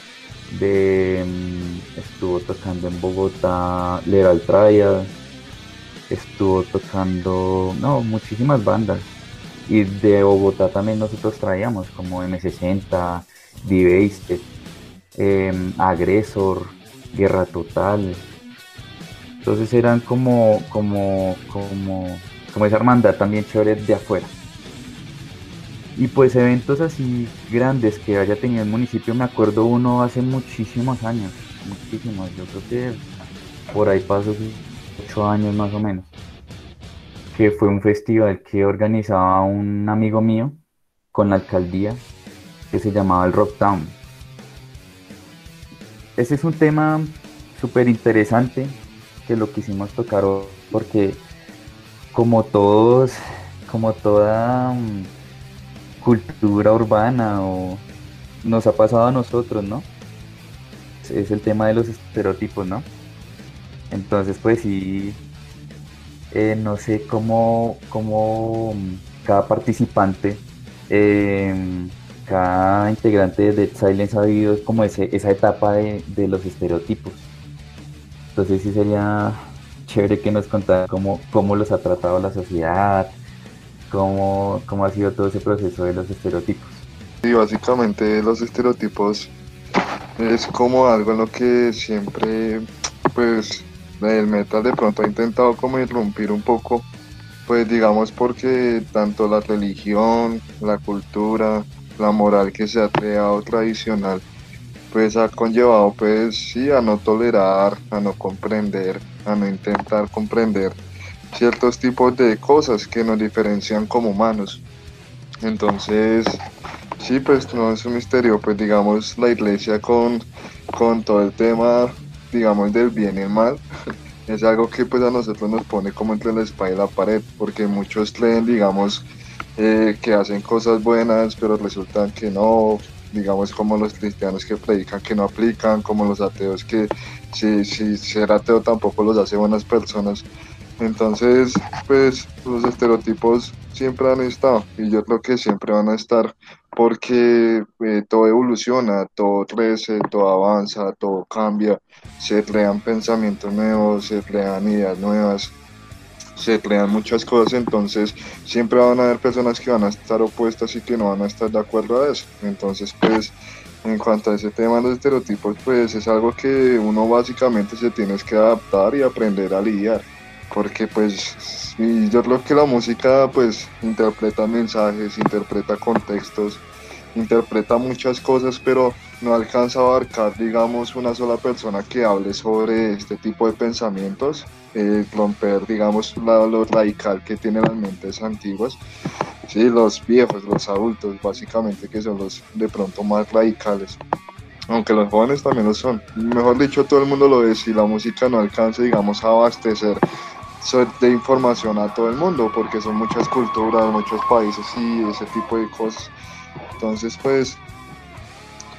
estuvo tocando en Bogotá Leral Triad, estuvo tocando, no, muchísimas bandas. Y de Bogotá también nosotros traíamos como M60, Divasted, Agresor, Guerra Total. Entonces eran como esa hermandad también chévere de afuera. Y pues eventos así grandes que haya tenido el municipio, me acuerdo uno hace muchísimos años, muchísimos, yo creo que por ahí pasó sus 8 años más o menos, que fue un festival que organizaba un amigo mío con la alcaldía que se llamaba el Rock Town. Ese es un tema súper interesante que lo quisimos tocar porque como todos, como toda cultura urbana o nos ha pasado a nosotros, ¿no? Es el tema de los estereotipos, ¿no? Entonces, pues sí, no sé cómo cada participante, cada integrante de Dead Silence ha vivido como esa etapa de los estereotipos. Entonces sí sería chévere que nos contara cómo los ha tratado la sociedad, cómo ha sido todo ese proceso de los estereotipos. Y básicamente los estereotipos es como algo en lo que siempre, pues, el metal de pronto ha intentado como irrumpir un poco, pues digamos porque tanto la religión, la cultura, la moral que se ha creado tradicional, pues ha conllevado, pues sí, a no tolerar, a no comprender, a no intentar comprender ciertos tipos de cosas que nos diferencian como humanos. Entonces, sí, pues no es un misterio, pues digamos la iglesia con todo el tema, digamos, del bien y el mal, es algo que pues a nosotros nos pone como entre la espada y la pared, porque muchos creen, digamos, que hacen cosas buenas, pero resultan que no, digamos como los cristianos que predican que no aplican, como los ateos que si ser ateo tampoco los hace buenas personas. Entonces, pues los estereotipos siempre han estado y yo creo que siempre van a estar porque todo evoluciona, todo crece, todo avanza, todo cambia, se crean pensamientos nuevos, se crean ideas nuevas, se crean muchas cosas, entonces siempre van a haber personas que van a estar opuestas y que no van a estar de acuerdo a eso. Entonces, pues en cuanto a ese tema de los estereotipos, pues es algo que uno básicamente se tiene que adaptar y aprender a lidiar porque pues y yo creo que la música pues interpreta mensajes, interpreta contextos, interpreta muchas cosas, pero no alcanza a abarcar, digamos, una sola persona que hable sobre este tipo de pensamientos, romper, digamos, lo radical que tienen las mentes antiguas, sí, los viejos, los adultos, básicamente, que son los de pronto más radicales. Aunque los jóvenes también lo son. Mejor dicho, todo el mundo lo es y la música no alcanza, digamos, a abastecer de información a todo el mundo, porque son muchas culturas, muchos países y ese tipo de cosas. Entonces, pues,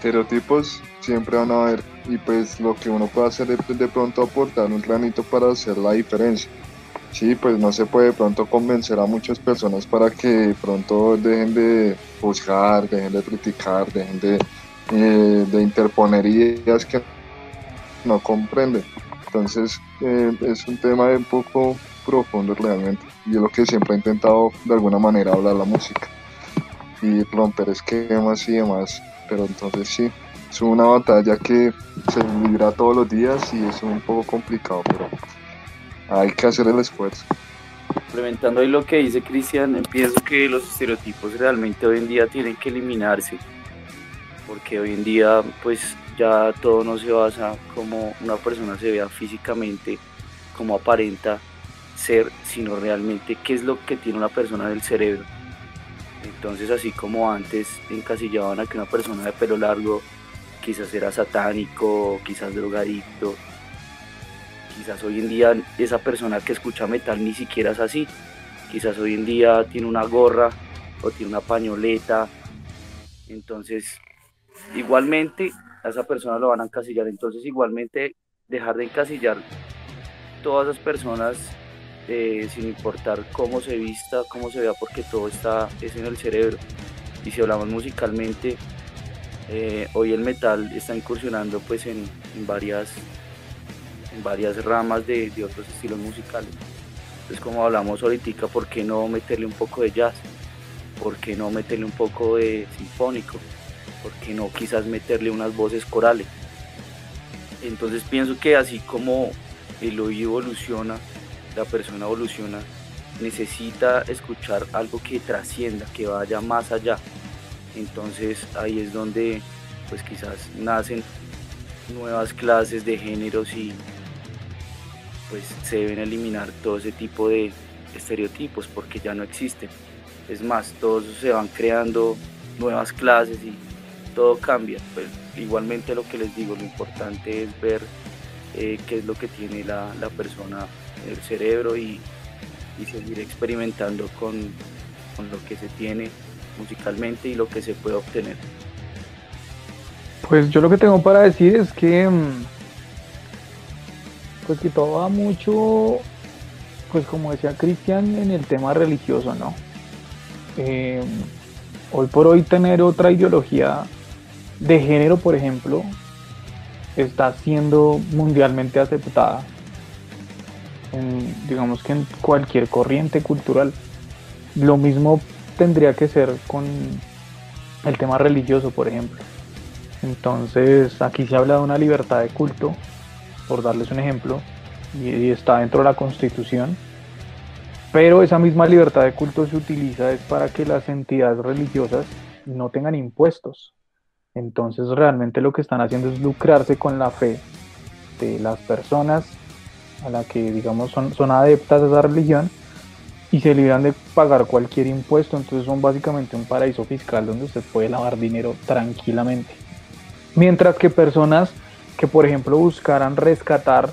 estereotipos siempre van a haber, y pues lo que uno puede hacer es de pronto aportar un granito para hacer la diferencia. Sí, pues no se puede de pronto convencer a muchas personas para que de pronto dejen de juzgar, dejen de criticar, dejen de interponer ideas que no comprenden. Entonces es un tema un poco profundo realmente, y es lo que siempre he intentado de alguna manera hablar la música y romper esquemas y demás, pero entonces sí, es una batalla que se libra todos los días y es un poco complicado, pero hay que hacer el esfuerzo. Complementando ahí lo que dice Cristian, pienso que los estereotipos realmente hoy en día tienen que eliminarse, porque hoy en día pues ya todo no se basa como una persona se vea físicamente, como aparenta ser, sino realmente qué es lo que tiene una persona del cerebro. Entonces, así como antes encasillaban a que una persona de pelo largo quizás era satánico, quizás drogadicto, quizás hoy en día esa persona que escucha metal ni siquiera es así. Quizás hoy en día tiene una gorra o tiene una pañoleta. Entonces, igualmente a esa persona lo van a encasillar. Entonces, igualmente dejar de encasillar todas las personas sin importar cómo se vista, cómo se vea, porque todo es en el cerebro. Y si hablamos musicalmente, hoy el metal está incursionando pues en varias ramas de otros estilos musicales. Entonces, como hablamos ahorita, ¿por qué no meterle un poco de jazz? ¿Por qué no meterle un poco de sinfónico? ¿Por qué no quizás meterle unas voces corales? Entonces pienso que así como el oído evoluciona, la persona evoluciona, necesita escuchar algo que trascienda, que vaya más allá. Entonces ahí es donde pues quizás nacen nuevas clases de géneros y pues se deben eliminar todo ese tipo de estereotipos porque ya no existen. Es más, todos se van creando nuevas clases y todo cambia. Pues igualmente lo que les digo, lo importante es ver qué es lo que tiene la persona en el cerebro y seguir experimentando con lo que se tiene musicalmente y lo que se puede obtener. Pues yo lo que tengo para decir es que pues que todo va mucho, pues como decía Cristian, en el tema religioso, ¿no? Hoy por hoy tener otra ideología de género, por ejemplo, está siendo mundialmente aceptada digamos que en cualquier corriente cultural. Lo mismo tendría que ser con el tema religioso, por ejemplo. Entonces aquí se habla de una libertad de culto, por darles un ejemplo, y está dentro de la Constitución, pero esa misma libertad de culto se utiliza es para que las entidades religiosas no tengan impuestos. Entonces realmente lo que están haciendo es lucrarse con la fe de las personas a la que digamos son adeptas a esa religión y se libran de pagar cualquier impuesto. Entonces son básicamente un paraíso fiscal donde usted puede lavar dinero tranquilamente. Mientras que personas que por ejemplo buscaran rescatar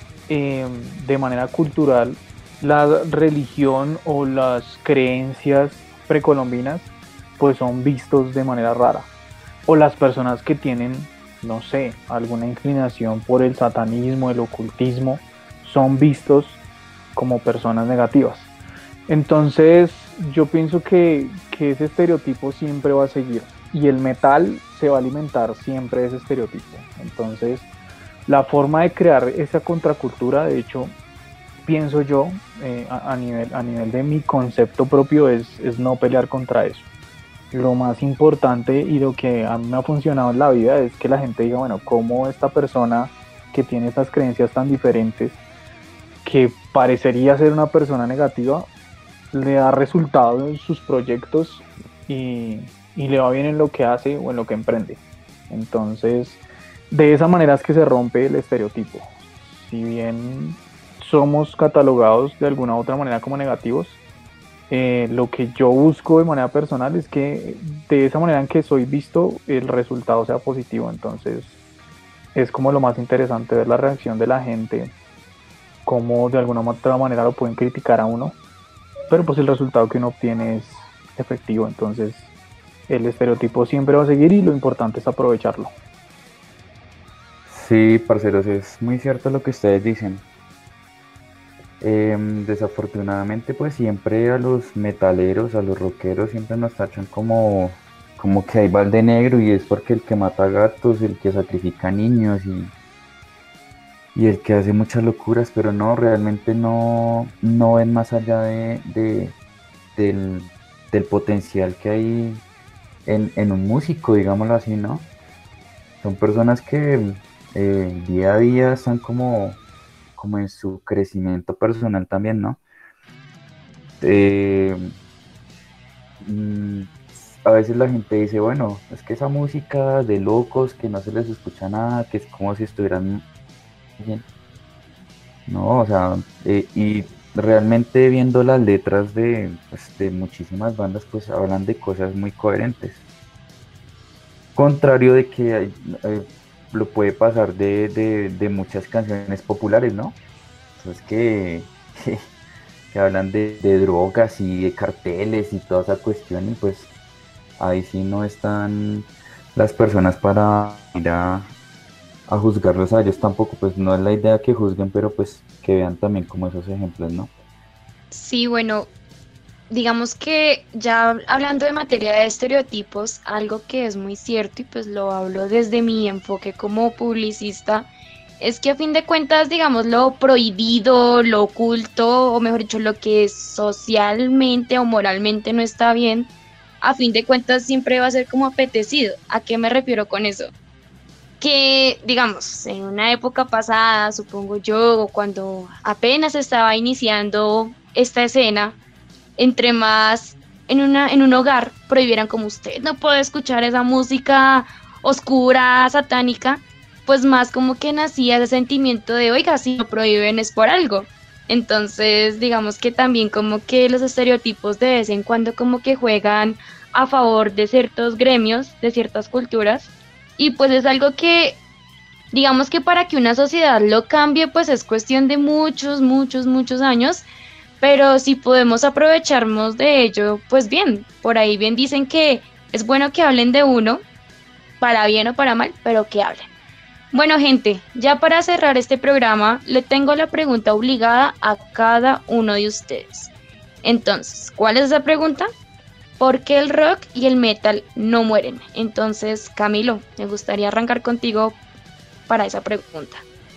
de manera cultural la religión o las creencias precolombinas, pues son vistos de manera rara. O las personas que tienen, no sé, alguna inclinación por el satanismo, el ocultismo, son vistos como personas negativas. Entonces yo pienso que ese estereotipo siempre va a seguir y el metal se va a alimentar siempre de ese estereotipo. Entonces la forma de crear esa contracultura, de hecho, pienso yo, a nivel de mi concepto propio, es no pelear contra eso. Lo más importante y lo que a mí me ha funcionado en la vida es que la gente diga, bueno, ¿cómo esta persona que tiene estas creencias tan diferentes, que parecería ser una persona negativa, le da resultado en sus proyectos y le va bien en lo que hace o en lo que emprende? Entonces, de esa manera es que se rompe el estereotipo. Si bien somos catalogados de alguna u otra manera como negativos, lo que yo busco de manera personal es que de esa manera en que soy visto, el resultado sea positivo. Entonces es como lo más interesante ver la reacción de la gente, cómo de alguna u otra manera lo pueden criticar a uno, pero pues el resultado que uno obtiene es efectivo. Entonces el estereotipo siempre va a seguir y lo importante es aprovecharlo. Sí, parceros, es muy cierto lo que ustedes dicen. Desafortunadamente, pues siempre a los metaleros, a los rockeros, siempre nos tachan como que hay balde negro y es porque el que mata gatos, el que sacrifica niños y el que hace muchas locuras, pero no, realmente no ven más allá del, del potencial que hay en un músico, digámoslo así, ¿no? Son personas que día a día están como en su crecimiento personal también, ¿no? Eh, mm, a veces la gente dice, bueno, es que esa música de locos, que no se les escucha nada, que es como si estuvieran bien. No, o sea, y realmente viendo las letras pues, de muchísimas bandas, pues hablan de cosas muy coherentes. Contrario de que lo puede pasar de muchas canciones populares, ¿no? Entonces que hablan de drogas y de carteles y toda esa cuestión y pues ahí sí no están las personas para ir a juzgarlos a ellos tampoco, pues no es la idea que juzguen, pero pues que vean también como esos ejemplos, ¿no? Sí, bueno, digamos que ya hablando de materia de estereotipos, algo que es muy cierto y pues lo hablo desde mi enfoque como publicista, es que a fin de cuentas, digamos, lo prohibido, lo oculto, o mejor dicho, lo que socialmente o moralmente no está bien, a fin de cuentas siempre va a ser como apetecido. ¿A qué me refiero con eso? Que, digamos, en una época pasada, supongo yo, o cuando apenas estaba iniciando esta escena, entre más en un hogar prohibieran como usted no puede escuchar esa música oscura, satánica, pues más como que nacía ese sentimiento de, oiga, si lo prohíben es por algo. Entonces, digamos que también como que los estereotipos de vez en cuando como que juegan a favor de ciertos gremios, de ciertas culturas, y pues es algo que, digamos que para que una sociedad lo cambie, pues es cuestión de muchos, muchos, muchos años, pero si podemos aprovecharnos de ello, pues bien, por ahí bien dicen que es bueno que hablen de uno, para bien o para mal, pero que hablen. Bueno, gente, ya para cerrar este programa, le tengo la pregunta obligada a cada uno de ustedes. Entonces, ¿cuál es esa pregunta? ¿Por qué el rock y el metal no mueren? Entonces, Camilo, me gustaría arrancar contigo para esa pregunta.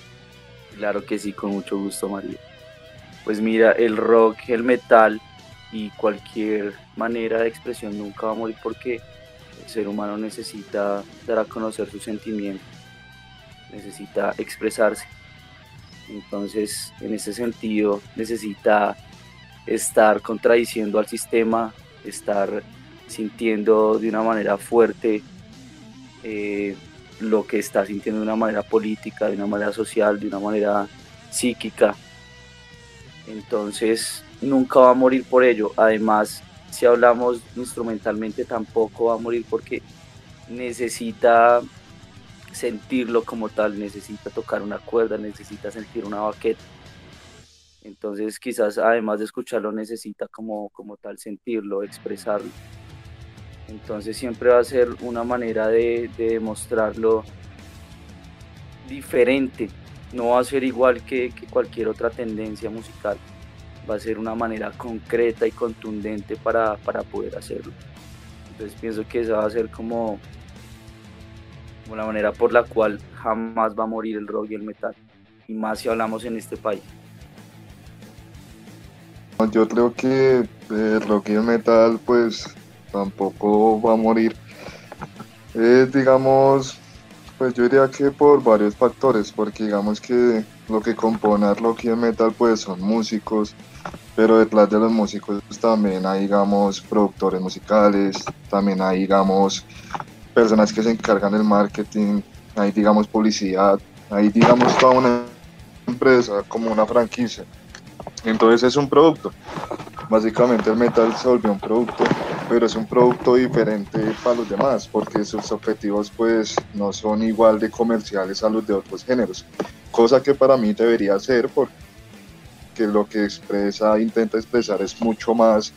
Claro que sí, con mucho gusto, María. Pues mira, el rock, el metal y cualquier manera de expresión nunca va a morir porque el ser humano necesita dar a conocer sus sentimientos, necesita expresarse. Entonces, en ese sentido, necesita estar contradiciendo al sistema, estar sintiendo de una manera fuerte lo que está sintiendo de una manera política, de una manera social, de una manera psíquica. Entonces nunca va a morir por ello. Además, si hablamos instrumentalmente, tampoco va a morir porque necesita sentirlo como tal, necesita tocar una cuerda, necesita sentir una baqueta. Entonces quizás además de escucharlo necesita como tal sentirlo, expresarlo. Entonces siempre va a ser una manera de demostrarlo diferente. No va a ser igual que cualquier otra tendencia musical, va a ser una manera concreta y contundente para poder hacerlo. Entonces pienso que esa va a ser como la manera por la cual jamás va a morir el rock y el metal, y más si hablamos en este país. Yo creo que el rock y el metal pues tampoco va a morir. Digamos, pues yo diría que por varios factores, porque digamos que lo que compone el rock y el metal pues son músicos, pero detrás de los músicos también hay, digamos, productores musicales, también hay, digamos, personas que se encargan del marketing, hay, digamos, publicidad, hay, digamos, toda una empresa, como una franquicia. Entonces es un producto. Básicamente el metal se volvió un producto, pero es un producto diferente para los demás, porque sus objetivos pues no son igual de comerciales a los de otros géneros, cosa que para mí debería ser, porque lo que intenta expresar es mucho más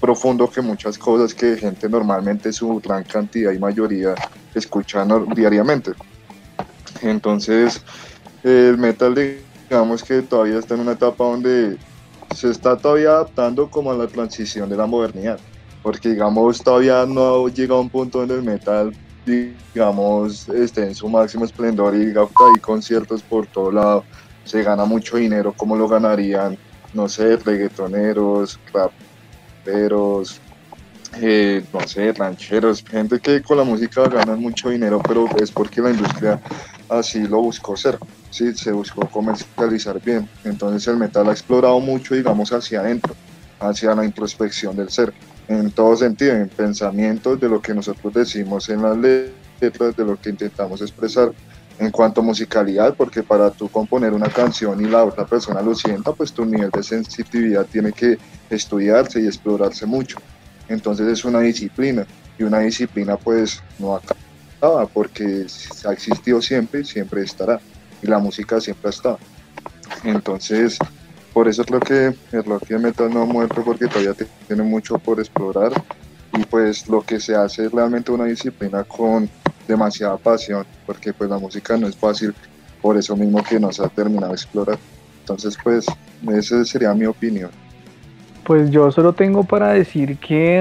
profundo que muchas cosas que gente normalmente su gran cantidad y mayoría escuchan diariamente. Entonces, el metal, digamos que todavía está en una etapa donde se está todavía adaptando como a la transición de la modernidad, porque digamos todavía no ha llegado a un punto donde el metal, digamos, esté en su máximo esplendor y diga, hay conciertos por todo lado, se gana mucho dinero como lo ganarían, no sé, reggaetoneros, raperos, no sé, rancheros, gente que con la música gana mucho dinero, pero es porque la industria así lo buscó ser, sí, se buscó comercializar bien. Entonces el metal ha explorado mucho, digamos, hacia adentro, hacia la introspección del ser, en todo sentido, en pensamientos de lo que nosotros decimos en las letras, de lo que intentamos expresar. En cuanto a musicalidad, porque para tú componer una canción y la otra persona lo sienta, pues tu nivel de sensitividad tiene que estudiarse y explorarse mucho. Entonces es una disciplina, y una disciplina pues no acaba porque ha existido siempre y siempre estará, y la música siempre ha estado. Entonces, por eso creo que el rock y el metal no ha muerto, porque todavía tiene mucho por explorar, y pues lo que se hace es realmente una disciplina con demasiada pasión, porque pues la música no es fácil, por eso mismo que no se ha terminado de explorar. Entonces pues esa sería mi opinión. Pues yo solo tengo para decir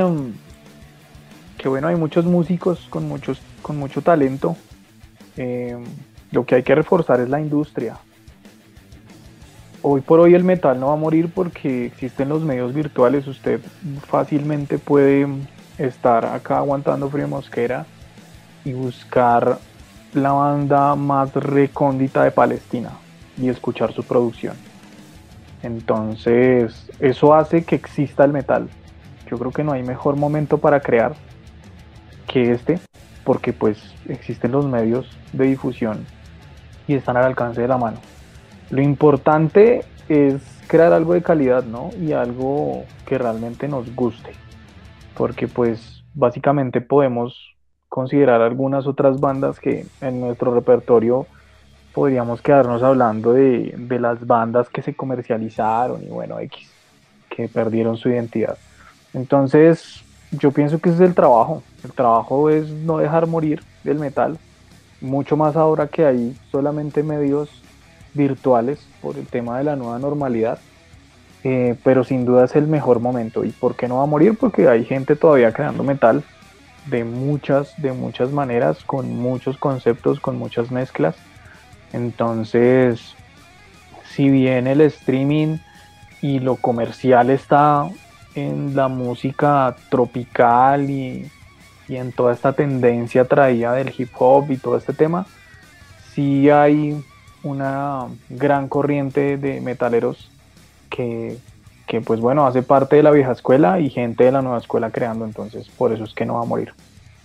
que bueno, hay muchos músicos con mucho talento. Lo que hay que reforzar es la industria. Hoy por hoy el metal no va a morir porque existen los medios virtuales. Usted fácilmente puede estar acá aguantando frío mosquera y buscar la banda más recóndita de Palestina y escuchar su producción. Entonces, eso hace que exista el metal. Yo creo que no hay mejor momento para crear que este, porque pues existen los medios de difusión y están al alcance de la mano. Lo importante es crear algo de calidad, ¿no? Y algo que realmente nos guste, porque pues básicamente podemos considerar algunas otras bandas que en nuestro repertorio podríamos quedarnos hablando de las bandas que se comercializaron y bueno, X, que perdieron su identidad. Entonces, yo pienso que ese es el trabajo. El trabajo es no dejar morir el metal, mucho más ahora que hay solamente medios virtuales por el tema de la nueva normalidad. Pero sin duda es el mejor momento. ¿Y por qué no va a morir? Porque hay gente todavía creando metal de muchas maneras, con muchos conceptos, con muchas mezclas. Entonces, si bien el streaming y lo comercial está en la música tropical y en toda esta tendencia traída del hip hop y todo este tema, sí hay una gran corriente de metaleros que pues bueno, hace parte de la vieja escuela y gente de la nueva escuela creando, entonces por eso es que no va a morir.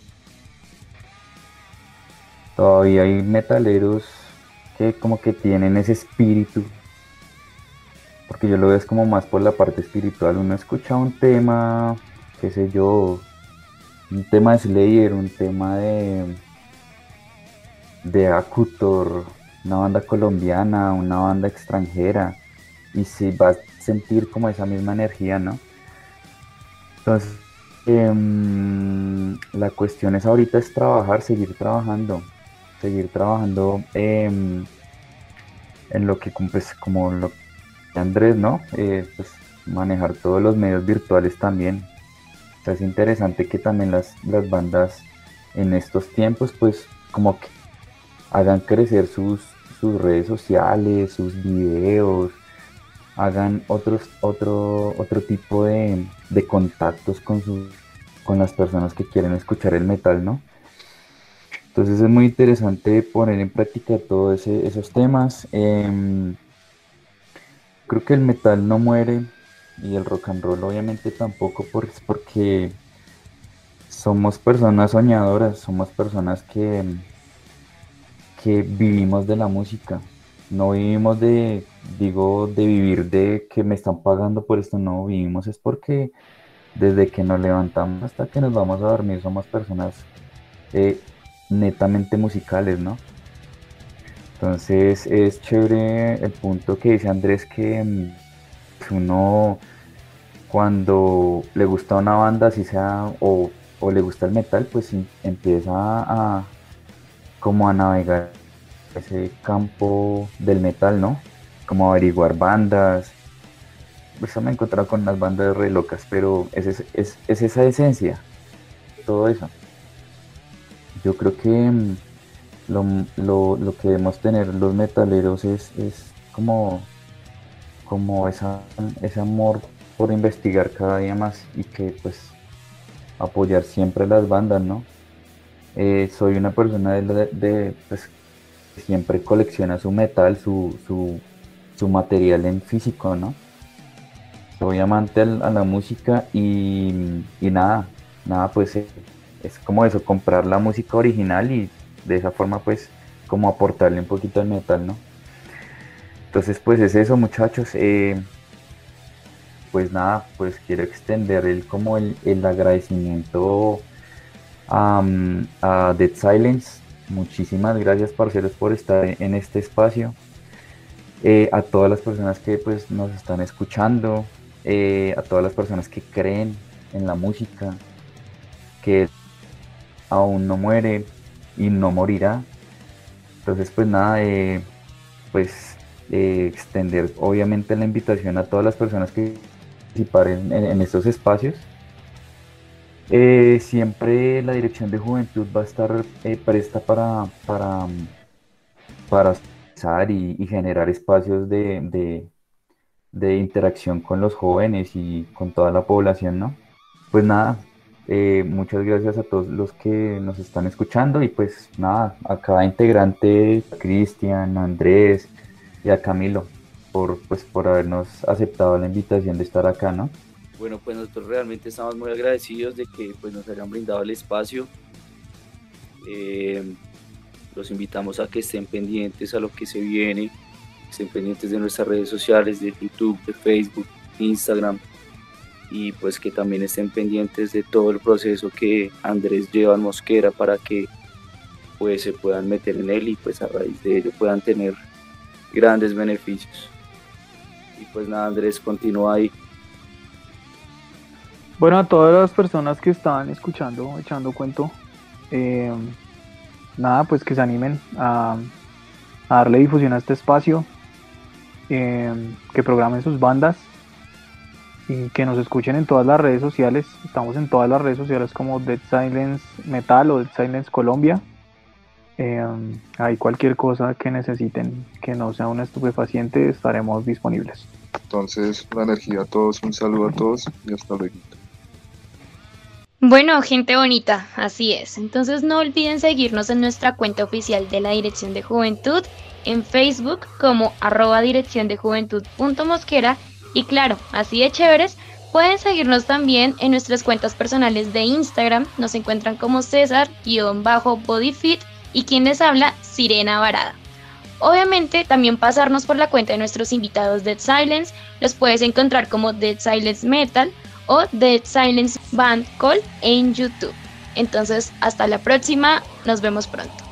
Todavía hay metaleros que como que tienen ese espíritu, porque yo lo veo es como más por la parte espiritual. Uno escucha un tema, qué sé yo, un tema de Slayer, un tema de Acutor, una banda colombiana, una banda extranjera, y si vas a sentir como esa misma energía, ¿no? Entonces, la cuestión es ahorita es trabajar, seguir trabajando en lo que pues, como lo que Andrés, ¿no? Pues manejar todos los medios virtuales también. O sea, es interesante que también las bandas en estos tiempos pues como que hagan crecer sus redes sociales, sus videos, hagan otro tipo de contactos con las personas que quieren escuchar el metal, ¿no? Entonces es muy interesante poner en práctica todos esos temas. Creo que el metal no muere y el rock and roll obviamente tampoco, porque somos personas soñadoras, somos personas que vivimos de la música. No vivimos de vivir de que me están pagando por esto, no vivimos, es porque desde que nos levantamos hasta que nos vamos a dormir somos personas eh, netamente musicales, ¿no? Entonces es chévere el punto que dice Andrés que uno cuando le gusta una banda, así sea, o le gusta el metal, pues empieza a como a navegar ese campo del metal, ¿no? Como averiguar bandas. Pues me he encontrado con unas bandas re locas, pero es esa esencia, todo eso. Yo creo que lo que debemos tener los metaleros es como ese amor por investigar cada día más y que pues apoyar siempre las bandas, ¿no? Soy una persona pues, que siempre colecciona su metal, su material en físico, ¿no? Soy amante a la música y nada, pues es como eso, comprar la música original y de esa forma pues como aportarle un poquito al metal, ¿no? Entonces pues es eso, muchachos. Pues nada, pues quiero extender el agradecimiento a Dead Silence. Muchísimas gracias, parceros, por estar en este espacio. A todas las personas que pues nos están escuchando, a todas las personas que creen en la música, que aún no muere y no morirá. Entonces pues nada, extender obviamente la invitación a todas las personas que participan en estos espacios. Siempre la Dirección de Juventud va a estar presta para socializar y generar espacios de interacción con los jóvenes y con toda la población, ¿no? Pues nada, muchas gracias a todos los que nos están escuchando y pues nada, a cada integrante, a Cristian, a Andrés y a Camilo, por habernos aceptado la invitación de estar acá, ¿no? Bueno, pues nosotros realmente estamos muy agradecidos de que pues, nos hayan brindado el espacio. Los invitamos a que estén pendientes a lo que se viene, estén pendientes de nuestras redes sociales, de YouTube, de Facebook, Instagram, y pues que también estén pendientes de todo el proceso que Andrés lleva en Mosquera para que pues se puedan meter en él y pues a raíz de ello puedan tener grandes beneficios. Y pues nada, Andrés, continúa ahí. Bueno, a todas las personas que estaban escuchando, echando cuento, nada, pues que se animen a darle difusión a este espacio, que programen sus bandas y que nos escuchen en todas las redes sociales. Estamos en todas las redes sociales como Dead Silence Metal o Dead Silence Colombia. Hay cualquier cosa que necesiten que no sea un estupefaciente, estaremos disponibles. Entonces, la energía a todos, un saludo a todos y hasta luego. Bueno, gente bonita, así es. Entonces no olviden seguirnos en nuestra cuenta oficial de la Dirección de Juventud en Facebook como @direcciondejuventud.mosquera y claro, así de chéveres, pueden seguirnos también en nuestras cuentas personales de Instagram. Nos encuentran como César_bodyfit y quien les habla, Sirena Varada. Obviamente también pasarnos por la cuenta de nuestros invitados Dead Silence, los puedes encontrar como Dead Silence Metal o Dead Silence Band Call en YouTube. Entonces, hasta la próxima, nos vemos pronto.